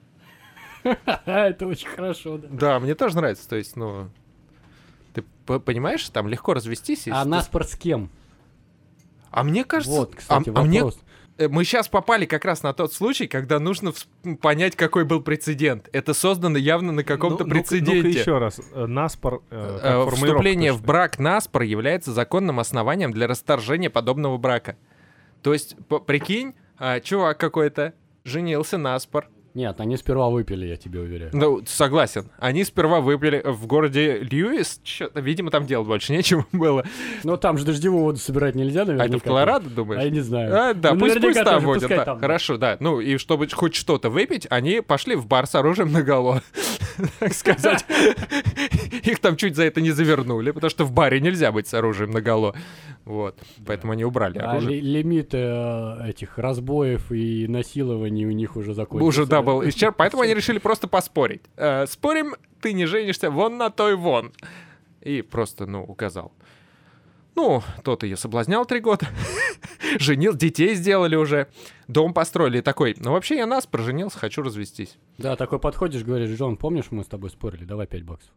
Это очень хорошо, да. Да, мне тоже нравится. То есть, ну, ты п- понимаешь, там легко развестись. если А ты- наспор с кем? А мне кажется, Вот, а- кстати, а мне вопрос. э, мы сейчас попали как раз на тот случай, когда нужно вс- понять, какой был прецедент. Это создано явно на каком-то Ну, ну-ка- прецеденте. Ну-ка еще раз. Э, Наспор. э, как Э, формулировка Вступление в точно? брак наспор является законным основанием для расторжения подобного брака. То есть, п- прикинь, а, чувак какой-то женился наспор. Нет, они сперва выпили, я тебе уверяю. Ну, согласен. Они сперва выпили в городе Льюис. Чё-то, видимо, там делать больше нечего было. Но там же дождевую воду собирать нельзя, А наверняка. это в Колорадо, думаешь? А я не знаю. А, да, Ну, пусть, наверняка пусть там тоже, будет. пускай Да. там. Хорошо, да. Ну, и чтобы хоть что-то выпить, они пошли в бар с оружием наголо. Так сказать. Их там чуть за это не завернули, потому что в баре нельзя быть с оружием наголо. Вот. Поэтому они убрали А оружие. ли- лимит э, этих разбоев и насилований у них уже закончился. Уже, да, был исчерп. Поэтому они решили просто поспорить. Э, Спорим, ты не женишься вон на той вон. И просто, ну, указал. Ну, тот ее соблазнял три года. Женил, детей сделали уже. Дом построили. И такой, ну, вообще я нас проженился, хочу развестись. Да, такой подходишь, говоришь: Джон, помнишь, мы с тобой спорили, давай пять баксов.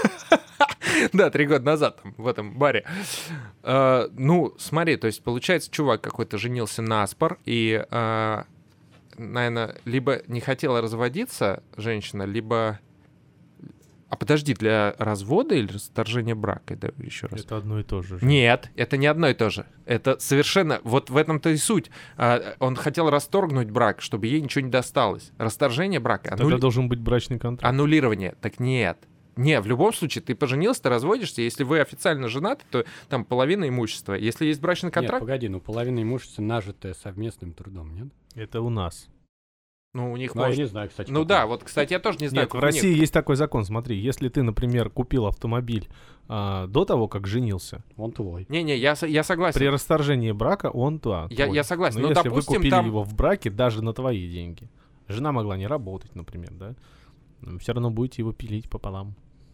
Да, три года назад там, в этом баре. Э, ну, смотри, то есть, получается, чувак какой-то женился наспор, и, э, наверное, либо не хотела разводиться женщина, либо... А подожди, для развода или расторжения брака? Да, еще раз. Это одно и то же. же. Нет, это не одно и то же. Это совершенно... Вот в этом-то и суть. А, Он хотел расторгнуть брак, чтобы ей ничего не досталось. Расторжение брака. Тогда аннули- должен быть брачный контракт. Аннулирование. Так нет. Не, в любом случае, ты поженился, ты разводишься. Если вы официально женаты, то там половина имущества. Если есть брачный Нет, контракт, погоди, ну половина имущества нажитая совместным трудом, нет? Это у нас. ну, у них Ну, я может... не знаю, кстати. Ну как да, у вот, кстати, я тоже не знаю. Нет, в как у них. России есть такой закон. Смотри, если ты, например, купил автомобиль а, до того, как женился, них. Он твой. Не-не, я, со- я согласен. при расторжении брака он да, Я- твой. я согласен, Но но, если допустим, вы купили там- его в браке даже на твои деньги, жена могла не работать, например, да, все равно будете его пилить пополам.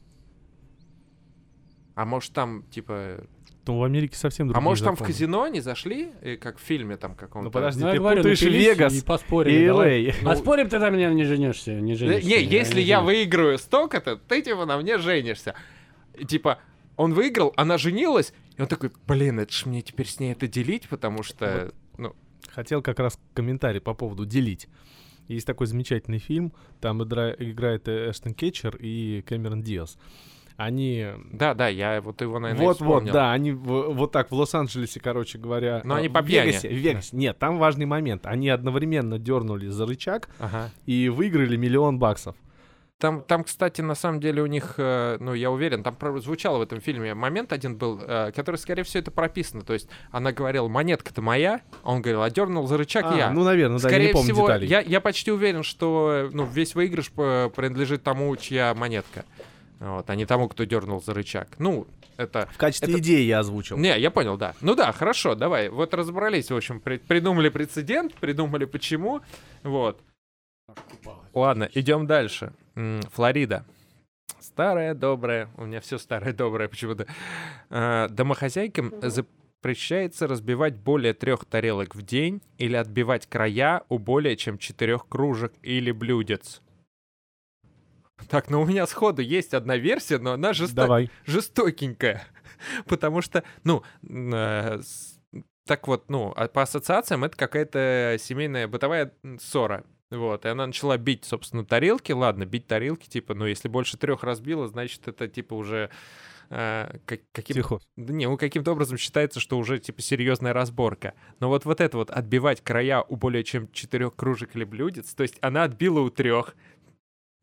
А может там, типа... Ну, в Америке совсем А другие может там в законы. казино они зашли, и как в фильме там каком-то? Ну, подожди, Ну, я ты говорю, путаешь напились Вегас и поспорили. и давай. Л А. А спорим, ты на меня не женишься, не Э, женишься. Не, если не я женишься. выиграю столько-то, ты типа на мне женишься. И, типа, он выиграл, она женилась, и он такой, блин, это ж мне теперь с ней это делить, потому что... Ну, Хотел как раз комментарий по поводу делить. Есть такой замечательный фильм, там игра- играет э, Эштон Кетчер и Кэмерон Диас. Они... да-да, я вот его, наверное, и Вот-вот, вспомнил. да, они в- вот так в Лос-Анджелесе, короче говоря... Но э, они в по пьяни. Вегасе, в Вегасе. Нет, там важный момент. Они одновременно дернули за рычаг Ага. и выиграли миллион баксов. Там, там, кстати, на самом деле у них, э, ну, я уверен, там прозвучал в этом фильме момент один был, э, который, скорее всего, это прописано. То есть она говорила, монетка-то моя, а он говорил, а дернул за рычаг А, я. ну, наверное, да, я Скорее не помню всего, деталей. я, я почти уверен, что ну, весь выигрыш э, принадлежит тому, чья монетка. Вот, а не тому, кто дернул за рычаг. Ну, это... В качестве это- идеи я озвучил. Не, я понял, да. Ну да, хорошо, давай. Вот разобрались, в общем, при- придумали прецедент, придумали почему. Вот. Ладно, идем дальше. М, Флорида. Старая, добрая. У меня все старое, доброе почему-то. А, домохозяйкам запрещается разбивать более трех тарелок в день или отбивать края у более чем четырех кружек или блюдец. Так, ну у меня сходу есть одна версия, но она жесто- Давай. жестокенькая. Потому что, ну, м, э, с- так вот, ну, а по ассоциациям это какая-то семейная бытовая м, ссора. Вот, и она начала бить, собственно, тарелки. Ладно, бить тарелки, типа, ну, если больше трех разбила, значит, это, типа, уже э, как- каким... Психоз. Да не, ну, каким-то образом считается, что уже, типа, серьезная разборка. Но вот, вот это вот, отбивать края у более чем четырех кружек или блюдец, то есть она отбила у трех,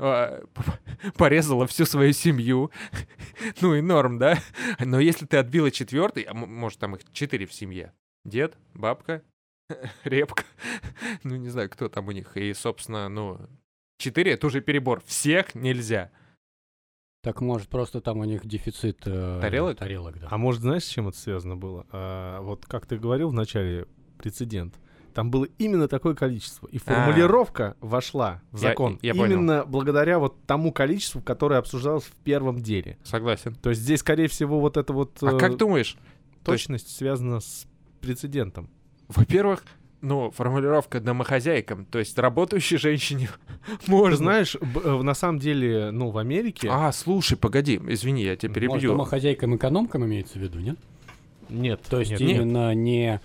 а, порезала всю свою семью, ну и норм, да? Но если ты отбила четвертый, а м- может там их четыре в семье, дед, бабка, репка, ну не знаю, кто там у них, и, собственно, ну, четыре — это уже перебор, всех нельзя. Так может просто там у них дефицит э, Тарелок? тарелок, да. А может, знаешь, с чем это связано было? А, вот как ты говорил в начале, прецедент. Там было именно такое количество. И формулировка вошла в Я- закон я понял. именно благодаря вот тому количеству, которое обсуждалось в первом деле. Согласен. То есть здесь, скорее всего, вот эта вот А э, как думаешь, точность связана с прецедентом. во-первых, ну, формулировка домохозяйкам, то есть работающей женщине Ты можно. знаешь, б- э, на самом деле, ну, в Америке... А, слушай, погоди, извини, я тебя Может, перебью. домохозяйкам-экономкам имеется в виду, нет? Нет. То есть нет, нет. именно не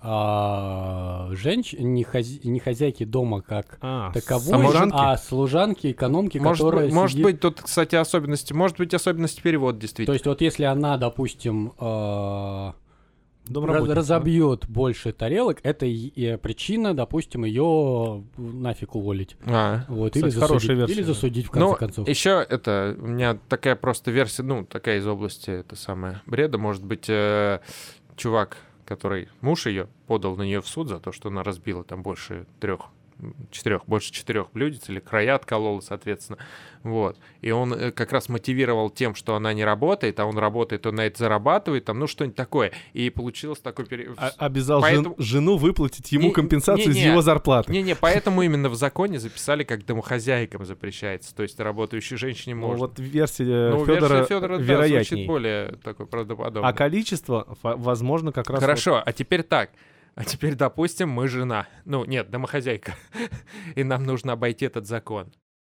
а, женщ... не, хоз- не хозяйки дома как А, таковой, служанки? а служанки, экономки, Может, которые быть, может сидит- быть, тут, кстати, особенности, может быть, особенности перевода То действительно. есть вот если она, допустим, а, Домработница, раз- разобьет больше тарелок, это и- и причина, допустим, ее нафиг уволить. А. Вот, Кстати, или, хорошая засудить, версия, или да. засудить, в конце Ну, концов. еще это, у меня такая просто версия, ну, такая из области, это самое, бреда, может быть, э, чувак, который, муж ее, подал на нее в суд за то, что она разбила там больше трех, четырех, больше четырех блюдец, или края отколола, соответственно, вот. И он э, как раз мотивировал тем, что она не работает, а он работает, он на это зарабатывает, там, ну, что-нибудь такое. И получилось такой период. А- обязал Поэтому- жен- жену выплатить ему Не- компенсацию из не-не. его зарплаты. Не-не, поэтому именно в законе записали, как домохозяйкам запрещается, то есть работающей женщине Ну, можно. вот версия Ну, Федора, версия Федора, да, вероятней. звучит более такой правдоподобный. А количество, фа- возможно, как раз... Хорошо, а теперь так. А теперь, допустим, мы жена. Ну, нет, домохозяйка. И нам нужно обойти этот закон.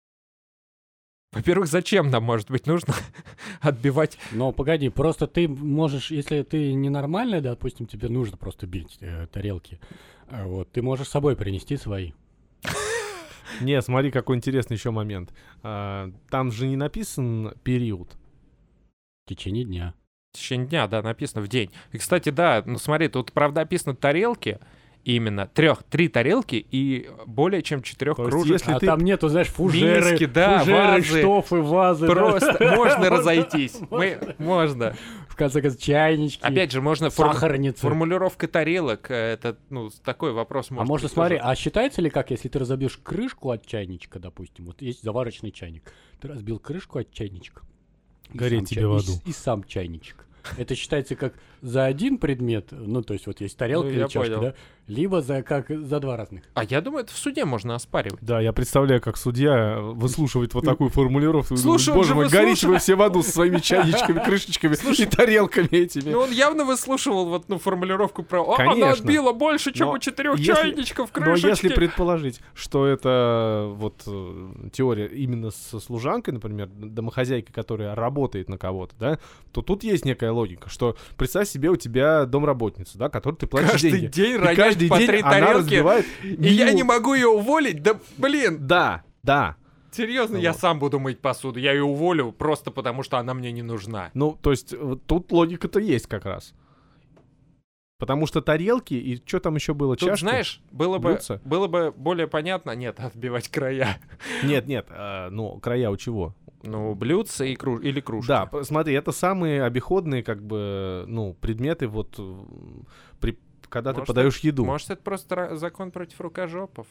Во-первых, зачем нам, может быть, нужно отбивать... Но погоди, просто ты можешь, если ты ненормальная, да, допустим, тебе нужно просто бить э, тарелки, а вот, ты можешь с собой принести свои. вот- Не, смотри, какой интересный еще момент. А, там же не написан период. В течение дня. В течение дня, да, написано в день. И, кстати, да, ну смотри, тут, правда, описано тарелки, именно трех, три тарелки и более чем четырех То есть, кружек. если А ты- там нету, знаешь, фужеры, Миски, да, фужеры, вазы. штофы, вазы. да. Просто можно разойтись. Мы, можно. В конце концов, чайнички, Опять же, можно... форму- сахарницы. Формулировка тарелок, э, это, ну, такой вопрос А может можно, быть смотри, тоже. а считается ли как, если ты разобьешь крышку от чайничка, допустим, вот есть заварочный чайник, ты разбил крышку от чайничка. и Гореть сам тебе чай- в и аду. с- И, сам чайничек. Это считается как за один предмет, ну, то есть вот есть тарелка Ну, или я чашка, понял. да? Либо за, как за два разных. А я думаю, это в суде можно оспаривать. Да, я представляю, как судья выслушивает вот такую формулировку. и Слушай, думает, он боже же мой, горите вы выслушивает. все в аду со своими чайничками, крышечками и тарелками этими. Ну, он явно выслушивал вот, ну, формулировку про «А, она Конечно. отбила больше, чем Но у четырех если- чайничков Но крышечки». если предположить, что это вот э, теория именно со служанкой, например, домохозяйкой, которая работает на кого-то, да, то тут есть некая логика, что представь себе, у тебя домработница, да, которой ты платишь Каждый деньги. день И ронять каждый по день три она тарелки, разбивает и я меню. не могу ее уволить? Да, блин, Да, да. серьезно, я Вот. сам буду мыть посуду. Я ее уволю просто потому, что она мне не нужна. Ну, то есть вот тут логика-то есть как раз. Потому что тарелки и что там еще было, Тут, чашки? знаешь, было бы, блюдца? было бы более понятно, нет, отбивать края. Нет, нет, э, ну, края у чего? Ну, блюдца и круж... или кружки. Да, п- смотри, это самые обиходные, как бы, ну, предметы, вот, э, при, когда Может, ты подаешь еду. Может, это просто ра- закон против рукожопов?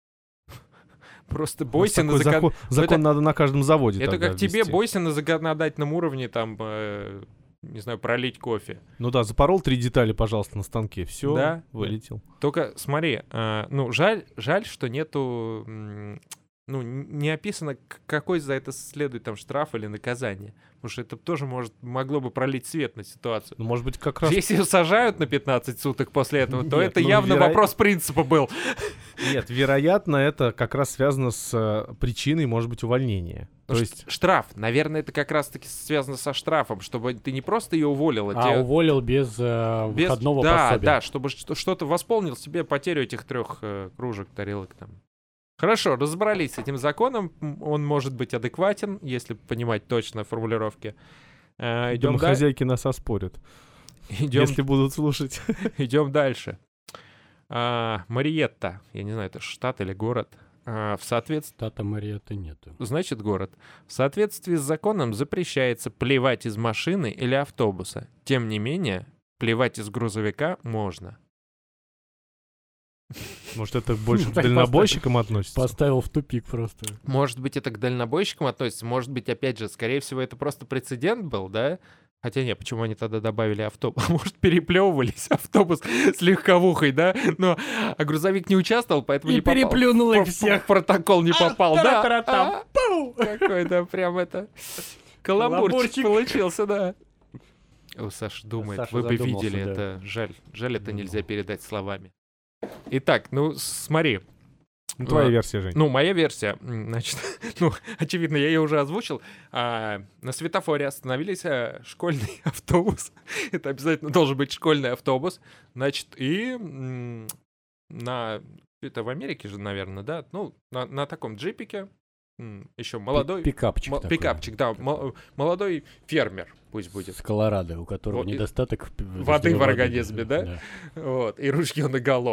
Просто Может, бойся на такой закон... закон, закон это- надо на каждом заводе Это тогда как тебе ввести. бойся на законодательном уровне, там, э, не знаю, пролить кофе. Ну да, запорол три детали, пожалуйста, на станке, все, Да. вылетел. Только смотри, э, ну, жаль, жаль, что нету, м, ну, н- не описано, к- какой за это следует там штраф или наказание. Потому что это тоже может, могло бы пролить свет на ситуацию. Ну, может быть, как раз... Если ее сажают на пятнадцать суток после этого, то Нет, это ну, явно веро- вопрос принципа был. Нет, вероятно, это как раз связано с э, причиной, может быть, увольнения. То Ш- есть... штраф, наверное, это как раз-таки связано со штрафом, чтобы ты не просто ее уволил, а, А тебе уволил без, э, без- выходного да, пособия. да, чтобы что- что-то восполнил себе потерю этих трех э, кружек, тарелок там. Хорошо, разобрались с этим законом, м, он может быть адекватен, если понимать точно формулировки. Э, идем, да- Домохозяйки нас оспорят, идем, если будут слушать. идем дальше. А, Мариетта, я не знаю, это штат или город, А, в соответствии... Тата Мариэты нету. Значит, город. В соответствии с законом запрещается плевать из машины или автобуса. Тем не менее, плевать из грузовика можно. Может, это больше к Так дальнобойщикам относится? Поставил в тупик просто. Может быть, это к дальнобойщикам относится. Может быть, опять же, скорее всего, это просто прецедент был, да? Хотя нет, почему они тогда добавили автобус? Может, переплевывались автобус с легковухой, да? Но, а грузовик не участвовал, поэтому И не попал. переплюнул их В- в- всех. В протокол не попал, да? Тара-тара-там. А, Какой, да, прям это... Каламбурчик Каламбурчик. получился, да. О, Саша думает, Саша вы бы задумался, видели да. это. Жаль, жаль, это Ну. нельзя передать словами. Итак, ну, смотри. Ну, твоя А, версия, Жень. Ну, моя версия, м, значит, ну, очевидно, я ее уже озвучил. А, на светофоре остановились а, школьный автобус. Это обязательно должен быть школьный автобус. Значит, и м, на... Это в Америке же, наверное, да? Ну, на, на таком джипике. Еще молодой... Пикапчик мо- такой. Пикапчик, да. мо- молодой фермер пусть будет. С Колорадо, у которого Вот, и- недостаток в- воды дождевой в организме, да? Да. Вот, и ружье наголо.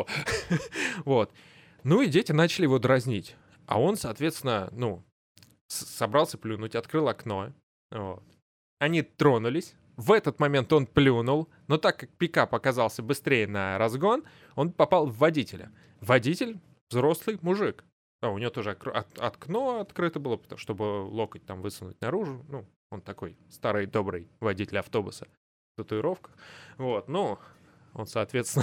Вот. Ну и дети начали его дразнить. А он, соответственно, ну, с- собрался плюнуть, открыл окно. Вот. Они тронулись. В этот момент он плюнул, но так как пикап оказался быстрее на разгон, он попал в водителя. Водитель — взрослый мужик. А у него тоже окр- от- окно открыто было, потому- чтобы локоть там высунуть наружу. Ну, он такой старый добрый водитель автобуса в татуировках. Вот, ну, он, соответственно,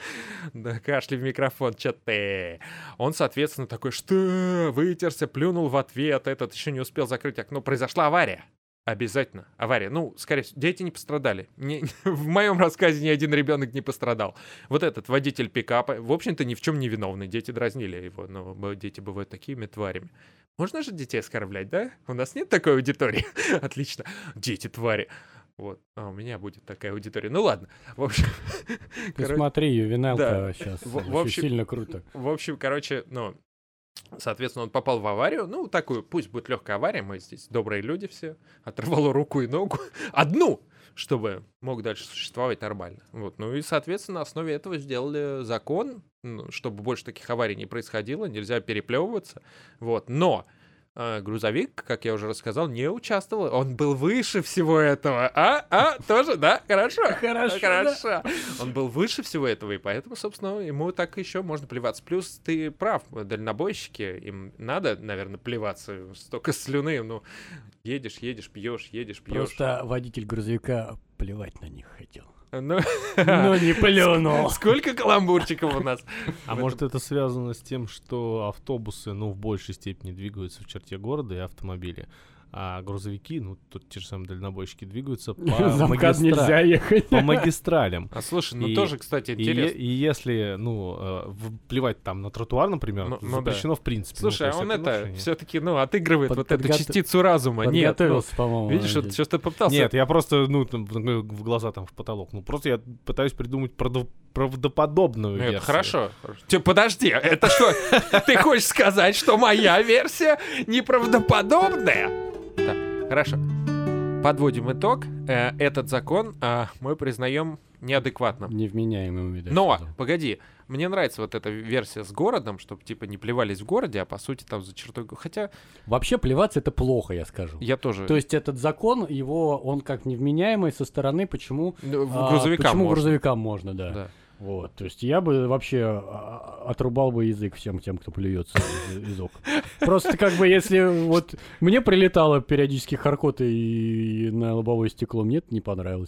да, кашля в микрофон, чё ты? Он, соответственно, такой, что? Вытерся, плюнул в ответ, этот еще не успел закрыть окно. Произошла авария. Обязательно. Авария. Ну, скорее всего, дети не пострадали. Не- в моем рассказе ни один ребенок не пострадал. Вот этот водитель пикапа, в общем-то, ни в чем не виновный. Дети дразнили его, но б- дети бывают такими тварями. Можно же детей оскорблять, да? У нас нет такой аудитории? Отлично. Дети твари. Вот. А у меня будет такая аудитория. Ну ладно. В общем... Ты коро- смотри, ювеналка Да. сейчас В- в очень общем- сильно круто. В общем, короче, ну, соответственно, он попал в аварию. Ну, такую, пусть будет легкая авария, мы здесь добрые люди все. Оторвало руку и ногу. Одну! Чтобы мог дальше существовать нормально. Вот. Ну и, соответственно, на основе этого сделали закон, ну, чтобы больше таких аварий не происходило, нельзя переплевываться. Вот. Но э, грузовик, как я уже рассказал, не участвовал. Он был выше всего этого. А? А? Тоже? Да? Хорошо. Хорошо, Хорошо. Он был выше всего этого, и поэтому, собственно, ему так еще можно плеваться. Плюс ты прав, дальнобойщики, им надо, наверное, плеваться. Столько слюны, ну, едешь, едешь, пьешь, едешь, пьешь. Просто водитель грузовика плевать на них хотел. Ну, Но не плюнул. сколько каламбурчиков у нас? А в может, это связано с тем, что автобусы, ну, в большей степени двигаются в черте города и автомобили, а грузовики, ну, тут те же самые дальнобойщики двигаются по, За МКАД магистра- нельзя ехать. по магистралям. А слушай, ну И- тоже, кстати, И, интересно. е- и если, ну, э, в- плевать там на тротуар, например, Ну- то ну да. запрещено в принципе. Ну, Слушай, то а есть он это нарушение. все-таки, ну, отыгрывает Под- вот эту подготов- частицу разума. Нет, ну, Подготовился, по-моему. видишь, вот Вадим. что ты попытался. Нет, я просто, ну, там, в глаза там в потолок. Ну, просто я пытаюсь придумать правдо- правдоподобную Ну, версию. это хорошо. хорошо. Ты подожди, это что? Ты хочешь сказать, что моя версия неправдоподобная? Да, хорошо. Подводим итог. Э, Этот закон а, мы признаем неадекватным. Невменяемым, видать. Но, сказал. погоди, мне нравится вот эта версия с городом, чтобы типа не плевались в городе, а по сути там за чертой... го- Хотя Вообще плеваться это плохо, я скажу. я тоже... То есть этот закон, его, он как невменяемый со стороны, почему... Ну, в а, грузовикам Почему можно. грузовикам можно, да. Да. Вот, то есть я бы вообще а, отрубал бы язык всем тем, кто плюется из, из окон. Просто как бы если вот мне прилетало периодически харкоты и на лобовое стекло, мне это не понравилось.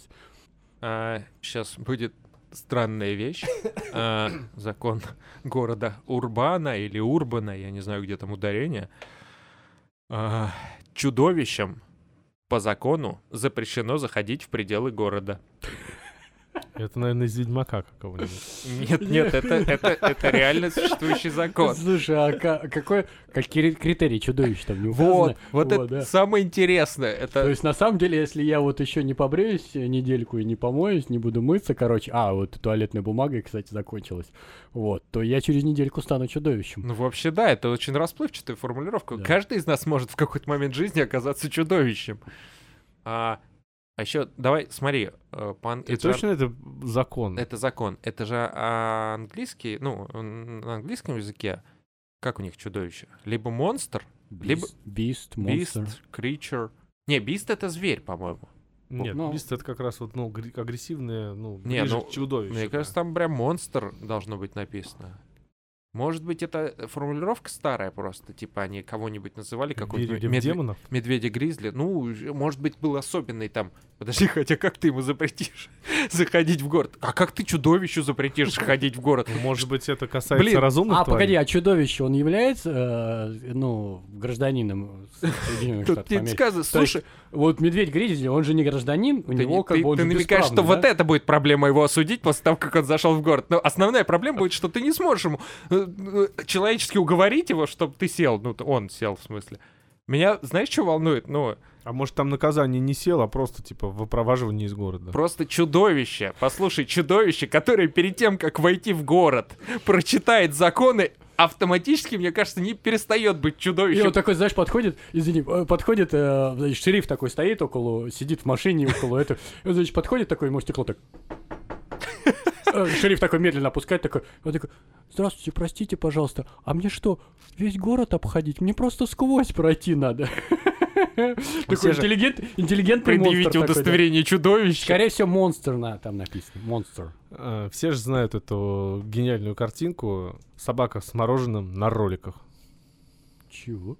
сейчас будет странная вещь. А, закон города Урбана или Урбана, я не знаю, где там ударение. А, чудовищам по закону запрещено заходить в пределы города. Это, наверное, из Ведьмака какого-нибудь. Нет, нет, это, это, это реально существующий закон. Слушай, а ка- какой какие критерии чудовищ там не указаны? Вот, вот это да. самое интересное. То Это есть, на самом деле, если я вот еще не побреюсь недельку и не помоюсь, не буду мыться, короче, а, вот туалетная бумага, кстати, закончилась, вот, то я через недельку стану чудовищем. ну вообще да, это очень расплывчатая формулировка. Да. Каждый из нас может в какой-то момент жизни оказаться чудовищем. А, а еще давай, смотри, э, по ан- И это же точно это закон? Это закон. Это же а, английский, ну, н- на английском языке Как у них чудовище? Либо монстр, либо Beast, Monster. beast, creature. Не, beast это зверь, по-моему. Нет, Ну. бист это как раз вот, ну, гри- агрессивное, ну, Не, ближе ну, к чудовищу. Мне да. кажется, там прям монстр должно быть написано. Может быть, это формулировка старая просто, типа они кого-нибудь называли, какой-то Верили в медве- демонов? медведя-гризли. Ну, ж- может быть, был особенный там. Подожди, хотя как ты ему запретишь заходить в город? А как ты чудовищу запретишь заходить в город? Ну, может быть, это касается Блин, разумных А, тварей? погоди, а чудовище, он является, э, ну, гражданином Соединенных Тут Штатов не Америки? сказано, То есть, слушай, Вот медведь Гризли, он же не гражданин, у ты, него не- как ты- бы он ты же намекаешь, что бесправный, вот да? это будет проблема его осудить после того, как он зашел в город. Но основная проблема будет, что ты не сможешь ему э, э, человечески уговорить его, чтобы ты сел. Ну, т- он сел, в смысле. Меня, знаешь, что волнует? Ну, А может, там наказание не сел, а просто, типа, выпроваживание из города? просто чудовище. Послушай, чудовище, которое перед тем, как войти в город, прочитает законы, автоматически, мне кажется, не перестает быть И чудовищем. он такой, знаешь, подходит, извини, э, подходит, э, значит, шериф такой стоит около, сидит в машине около этого, и он, значит, подходит такой, ему стекло так... Э, Шериф такой медленно опускает, такой, он такой, здравствуйте, простите, пожалуйста, а мне что, весь город обходить? Мне просто сквозь пройти надо. Такой Все же интеллигент, интеллигентный монстр Предъявите такой, да. удостоверение чудовища. Скорее всего, монстр на, там написано, монстр. А, все же знают эту гениальную картинку «Собака с мороженым на роликах». Чего?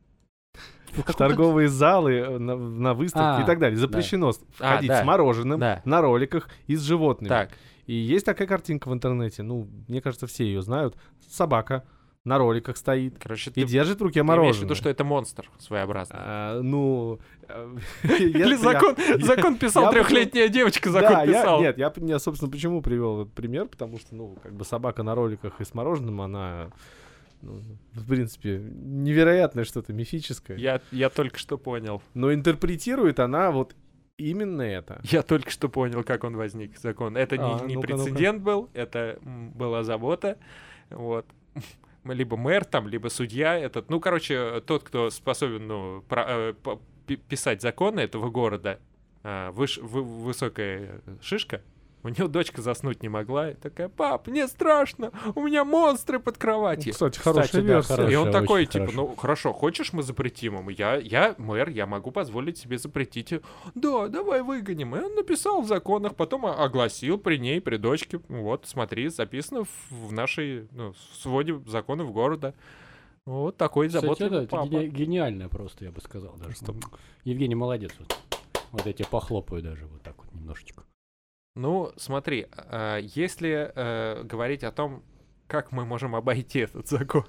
Торговые залы э, на, на выставке А, и так далее. Запрещено с- А, входить да. с мороженым Да. на роликах и с животными. Так, И есть такая картинка в интернете, ну, мне кажется, все ее знают. Собака на роликах стоит короче, и ты, держит в руке ты имеешь в мороженое. виду, что это монстр своеобразный. А, ну... э, Или я- закон, я- закон писал я трехлетняя девочка, закон Да, я- писал. нет, я, п- я, собственно, почему привел этот пример, потому что, ну, как бы собака на роликах и с мороженым, она, ну, в принципе, невероятное что-то мифическое. Я, я только что понял. Но интерпретирует она вот именно это. Я только что понял, как он возник, закон. Это не, А, не ну-ка, ну-ка. прецедент был, это м, была забота. Вот. Либо мэр там, либо судья этот. Ну, короче, тот, кто способен, ну, про- э, по- пи- писать законы этого города, а, выш- вы- высокая шишка, у него дочка заснуть не могла. И такая, пап, мне страшно, у меня монстры под кроватью. Кстати, Кстати, хорошая да, версия. хорошая. И он очень такой, типа, хорошо. ну хорошо, хочешь, мы запретим ему? Я, я мэр, я могу позволить себе запретить. Да, давай выгоним. И он написал в законах, потом о- огласил при ней, при дочке. Вот, смотри, записано в, в нашей, ну, в своде законов города. Вот такой Кстати, заботливый да, это папа. гени- гениально просто, я бы сказал даже. Стоп. Евгений молодец. Вот, вот я тебе похлопаю даже вот так вот немножечко. Ну, смотри, а, если э, говорить о том, как мы можем обойти этот закон.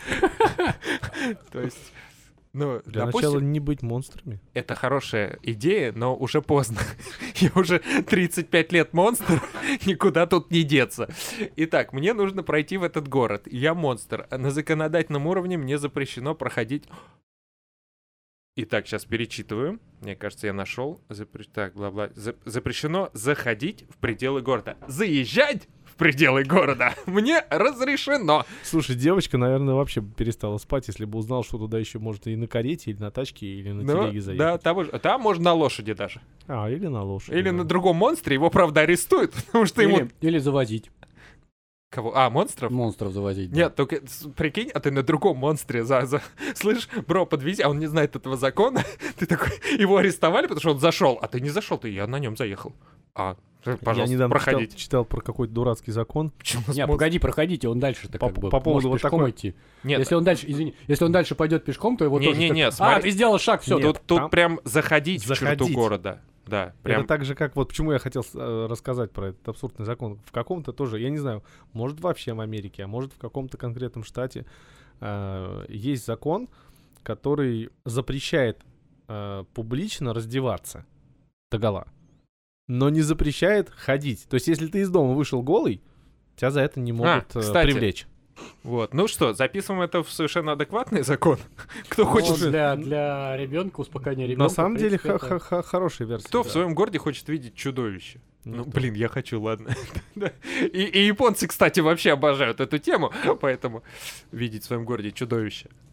То есть, ну, Для допустим, начала не быть монстрами. это хорошая идея, но уже поздно. Я уже тридцать пять лет монстр, никуда тут не деться. Итак, мне нужно пройти в этот город. Я монстр. А на законодательном уровне мне запрещено проходить... Итак, сейчас перечитываю. Мне кажется, я нашел. Запре- Так, бла-бла. За- Запрещено заходить в пределы города. Заезжать в пределы города мне разрешено. Слушай, девочка, наверное, вообще перестала спать, если бы узнал, что туда еще может и на карете, или на тачке, или на Ну, телеге заехать. да, там, уже- там можно на лошади даже. А, или на лошади. Или да. на другом монстре. Его, правда, арестуют, потому что ему... Или, или завозить. Кого? А, монстров? Монстров завозить. да. Нет, только с- прикинь, а ты на другом монстре за, за... Слышь, бро, подвези, а он не знает этого закона. Ты такой, его арестовали, потому что он зашел, а ты не зашел, ты я на нем заехал. А, э, Я пожалуйста, недавно читал, проходите. читал про какой-то дурацкий закон. Почему у нас Не, монстр- погоди, проходите, он дальше-то По- как бы по поводу может вот пешком такой- идти. Нет, Если он дальше, извини, если он дальше пойдет пешком, то его Не, тоже... не, так, не, а, смотри. ты сделал шаг, все. Нет, тут, тут там- прям заходить, в черту Заходить. города. Да, прям. Это так же, как вот почему я хотел э, рассказать про этот абсурдный закон. В каком-то тоже, я не знаю, может вообще в Америке, а может в каком-то конкретном штате э, есть закон, который запрещает э, публично раздеваться догола, но не запрещает ходить. То есть, если ты из дома вышел голый, тебя за это не могут э, кстати. привлечь. Вот, ну что, записываем это в совершенно адекватный закон. Кто хочет... Ну, для, для ребенка, успокоения ребенка. На самом деле ха- ха- ха- хорошая версия. Кто в да. своем городе хочет видеть чудовище? Ну, Никто. блин, я хочу, ладно. Да. и, и японцы, кстати, вообще обожают эту тему, поэтому видеть в своем городе чудовище.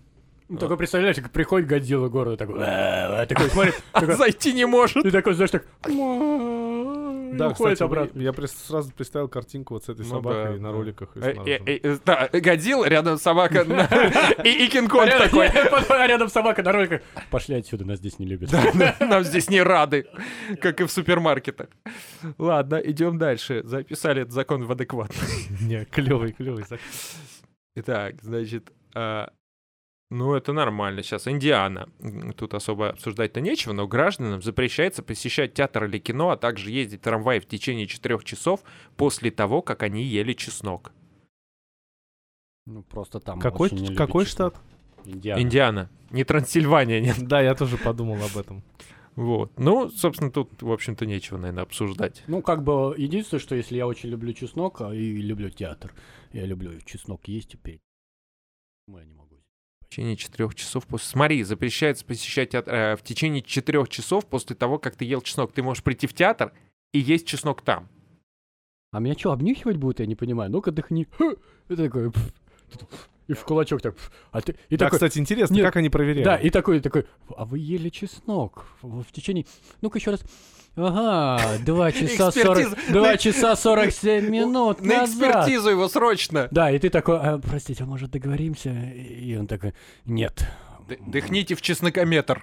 Ну, такой, представляешь, как приходит Годзилла в города, такой, «А-а-а», такой смотрит, такой, Зайти не может. ты такой, знаешь, так, «Ма-а-а», и Да, уходит кстати, обратно. я прис- сразу представил картинку вот с этой Ну собакой да, на да. роликах. и с Э, ножом. э, э, Да, Годзилла, рядом собака на- и и Кинг-Конг такой. А рядом собака на роликах. Пошли отсюда, нас здесь не любят. Нам здесь не рады, как и в супермаркетах. Ладно, идем дальше. Записали этот закон в адекватно. Не, клевый, клевый. Итак, значит, а, ну это нормально. Сейчас Индиана. М, Тут особо обсуждать-то нечего, но гражданам запрещается посещать театр или кино, а также ездить в трамвае в течение четырех часов после того, как они ели чеснок. Ну, просто там Какой, очень не любят какой чеснок. штат? Индиана. Индиана. Не Трансильвания, нет. Да, я тоже подумал об этом. Вот. Ну, собственно, тут, в общем-то, нечего, наверное, обсуждать. Ну, как бы, единственное, что если я очень люблю чеснок а, и люблю театр, я люблю чеснок есть и петь. Ну, я не могу. В течение четырех часов после... Смотри, запрещается посещать театр э, в течение четырех часов после того, как ты ел чеснок. Ты можешь прийти в театр и есть чеснок там. А меня что, обнюхивать будут, я не понимаю. Ну-ка, дыхни. Ха! И такой... пф, и в кулачок так... пф, А ты... И Да, такой... кстати, интересно, Нет, как они проверяют? Да, и такой, такой, а вы ели чеснок в, в течение... Ну-ка еще раз. Ага, два часа сорок... Экспертиза. Два На- часа сорок семь минут На назад. экспертизу его срочно. Да, и ты такой, а, простите, а может договоримся? И он такой, нет. Д- Дыхните в чеснокометр.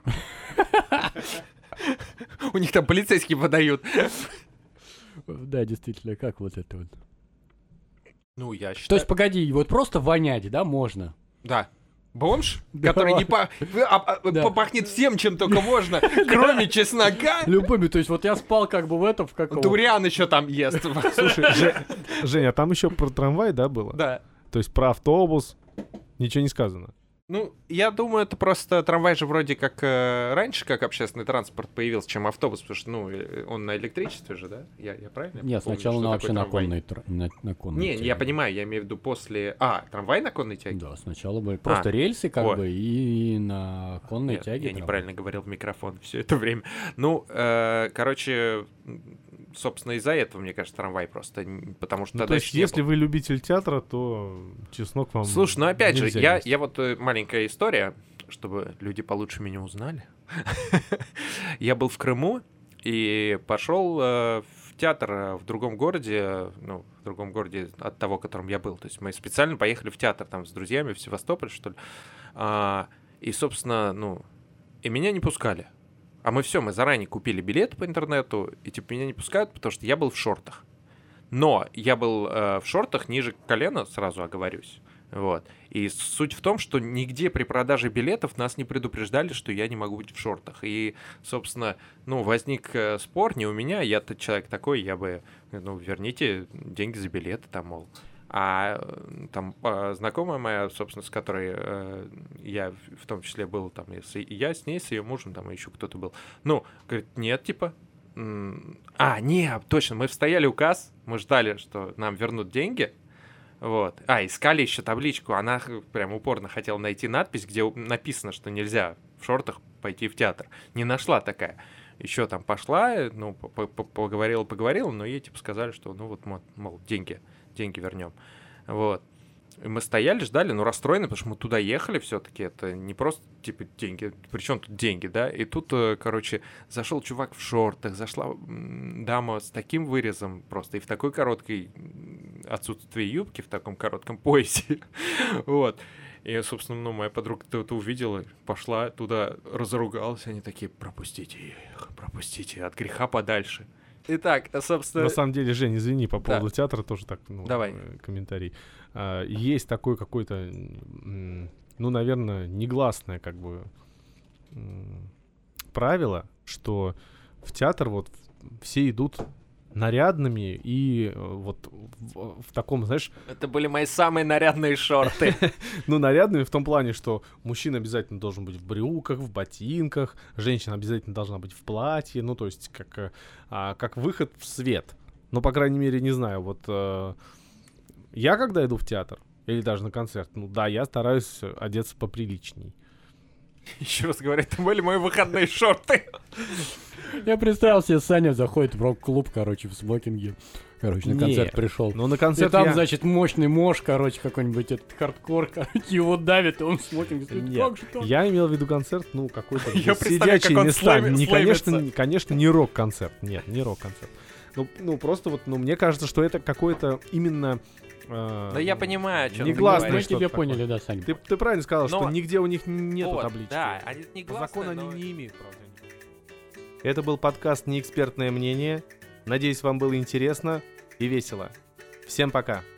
У них там полицейские подают. Да, действительно, как вот это вот. Ну, я То считаю... есть, погоди, вот просто вонять, да, можно? Да. Бомж, Да. который не по- а- а- Да. попахнет всем, чем только можно, кроме чеснока. Любыми, то есть вот я спал как бы в этом, в каком... Дуриан еще там ест. Слушай, Же- Женя, а там еще про трамвай, да, было? Да. То есть про автобус ничего не сказано. Ну, я думаю, это просто трамвай же вроде как э, раньше, как общественный транспорт появился, чем автобус, потому что, ну, э, он на электричестве же, да? Я, я правильно Нет, помню, сначала что на такое вообще на трамвай? конной, тр- на, на конной Не, тяге. я понимаю, я имею в виду после... А, трамвай на конной тяге? Да, сначала были просто рельсы как вот. бы и на конной Нет, тяге. я трамвай. неправильно говорил в микрофон все это время. Ну, э, короче, м, собственно, из-за этого, мне кажется, трамвай просто, н- потому что Ну, то тогда есть, еще не если было. вы любитель театра, то чеснок вам Слушай, ну опять же, нельзя я, есть. я вот э, маленькая история, чтобы люди получше меня узнали. Я был в Крыму и пошел э, в театр э, в другом городе, э, ну, в другом городе от того, в котором я был. То есть мы специально поехали в театр там с друзьями в Севастополь, что ли. А, и, собственно, ну, и меня не пускали. А мы все, мы заранее купили билет по интернету, и типа меня не пускают, потому что я был в шортах. Но я был э, в шортах ниже колена, сразу оговорюсь. Вот. И суть в том, что нигде при продаже билетов нас не предупреждали, что я не могу быть в шортах. И, собственно, ну, возник э, спор не у меня, я-то человек такой, я бы, ну, верните деньги за билеты, там, мол. А э, там э, знакомая моя, собственно, с которой э, я в- в том числе был, там, и с- и я с ней, с ее мужем, там, и еще кто-то был. Ну, говорит, нет, типа. м, А, нет, точно, мы стояли у касс, мы ждали, что нам вернут деньги. Вот. А, искали еще табличку. Она х- прям упорно хотела найти надпись, где у- написано, что нельзя в шортах пойти в театр. Не нашла такая. Еще там пошла, э, ну, по- по- поговорила, поговорила, но ей типа сказали, что ну вот, мо- мол, деньги, деньги вернем. Вот. И мы стояли, ждали, но расстроены, потому что мы туда ехали все-таки. Это не просто типа деньги. Причем тут деньги, да? И тут, э, короче, зашел чувак в шортах, зашла м, дама с таким вырезом просто и в такой короткой м, отсутствии юбки, в таком коротком поясе. Вот. И, собственно, ну, моя подруга это увидела, пошла туда, разругалась. Они такие, пропустите их, пропустите, от греха подальше. Итак, собственно... На самом деле, Жень, извини, по Да. поводу театра тоже так, ну, Давай. э, комментарий. А, есть такой какой-то, м, ну, наверное, негласное, как бы, м, правило, что в театр вот все идут нарядными и э, вот в, в таком, знаешь, Это были мои самые нарядные шорты. ну, нарядными в том плане, что мужчина обязательно должен быть в брюках, в ботинках, женщина обязательно должна быть в платье, ну, то есть как, э, а, как выход в свет. Ну, по крайней мере, не знаю, вот э, я когда иду в театр или даже на концерт, ну да, я стараюсь одеться поприличней. Еще раз говорю, это были мои выходные шорты. Я представил себе, Саня заходит в рок-клуб, короче, в смокинге. короче, на Не. концерт пришел. Ну, на И концерт там, я- значит, мощный мож, короче, какой-нибудь этот хардкор, короче, его давит, и он в смокинге стоит. Нет, Как же так? я имел в виду концерт, ну, какой-то Я где представляю, сидячие как он места. слэми- Не, конечно, слэмится. не- конечно, не рок-концерт. Нет, не рок-концерт. Ну, ну, просто вот, ну, мне кажется, что это какое-то именно... э, Да я понимаю, о чем ты негласное Мы говоришь. что-то тебя такое. поняли, да, Саня. Ты, ты правильно сказал, что Но- нигде у них нету Вот, таблички. да, они не По закону гласные, но- они не имеют, правда. Это был подкаст «Неэкспертное мнение». Надеюсь, вам было интересно и весело. Всем пока.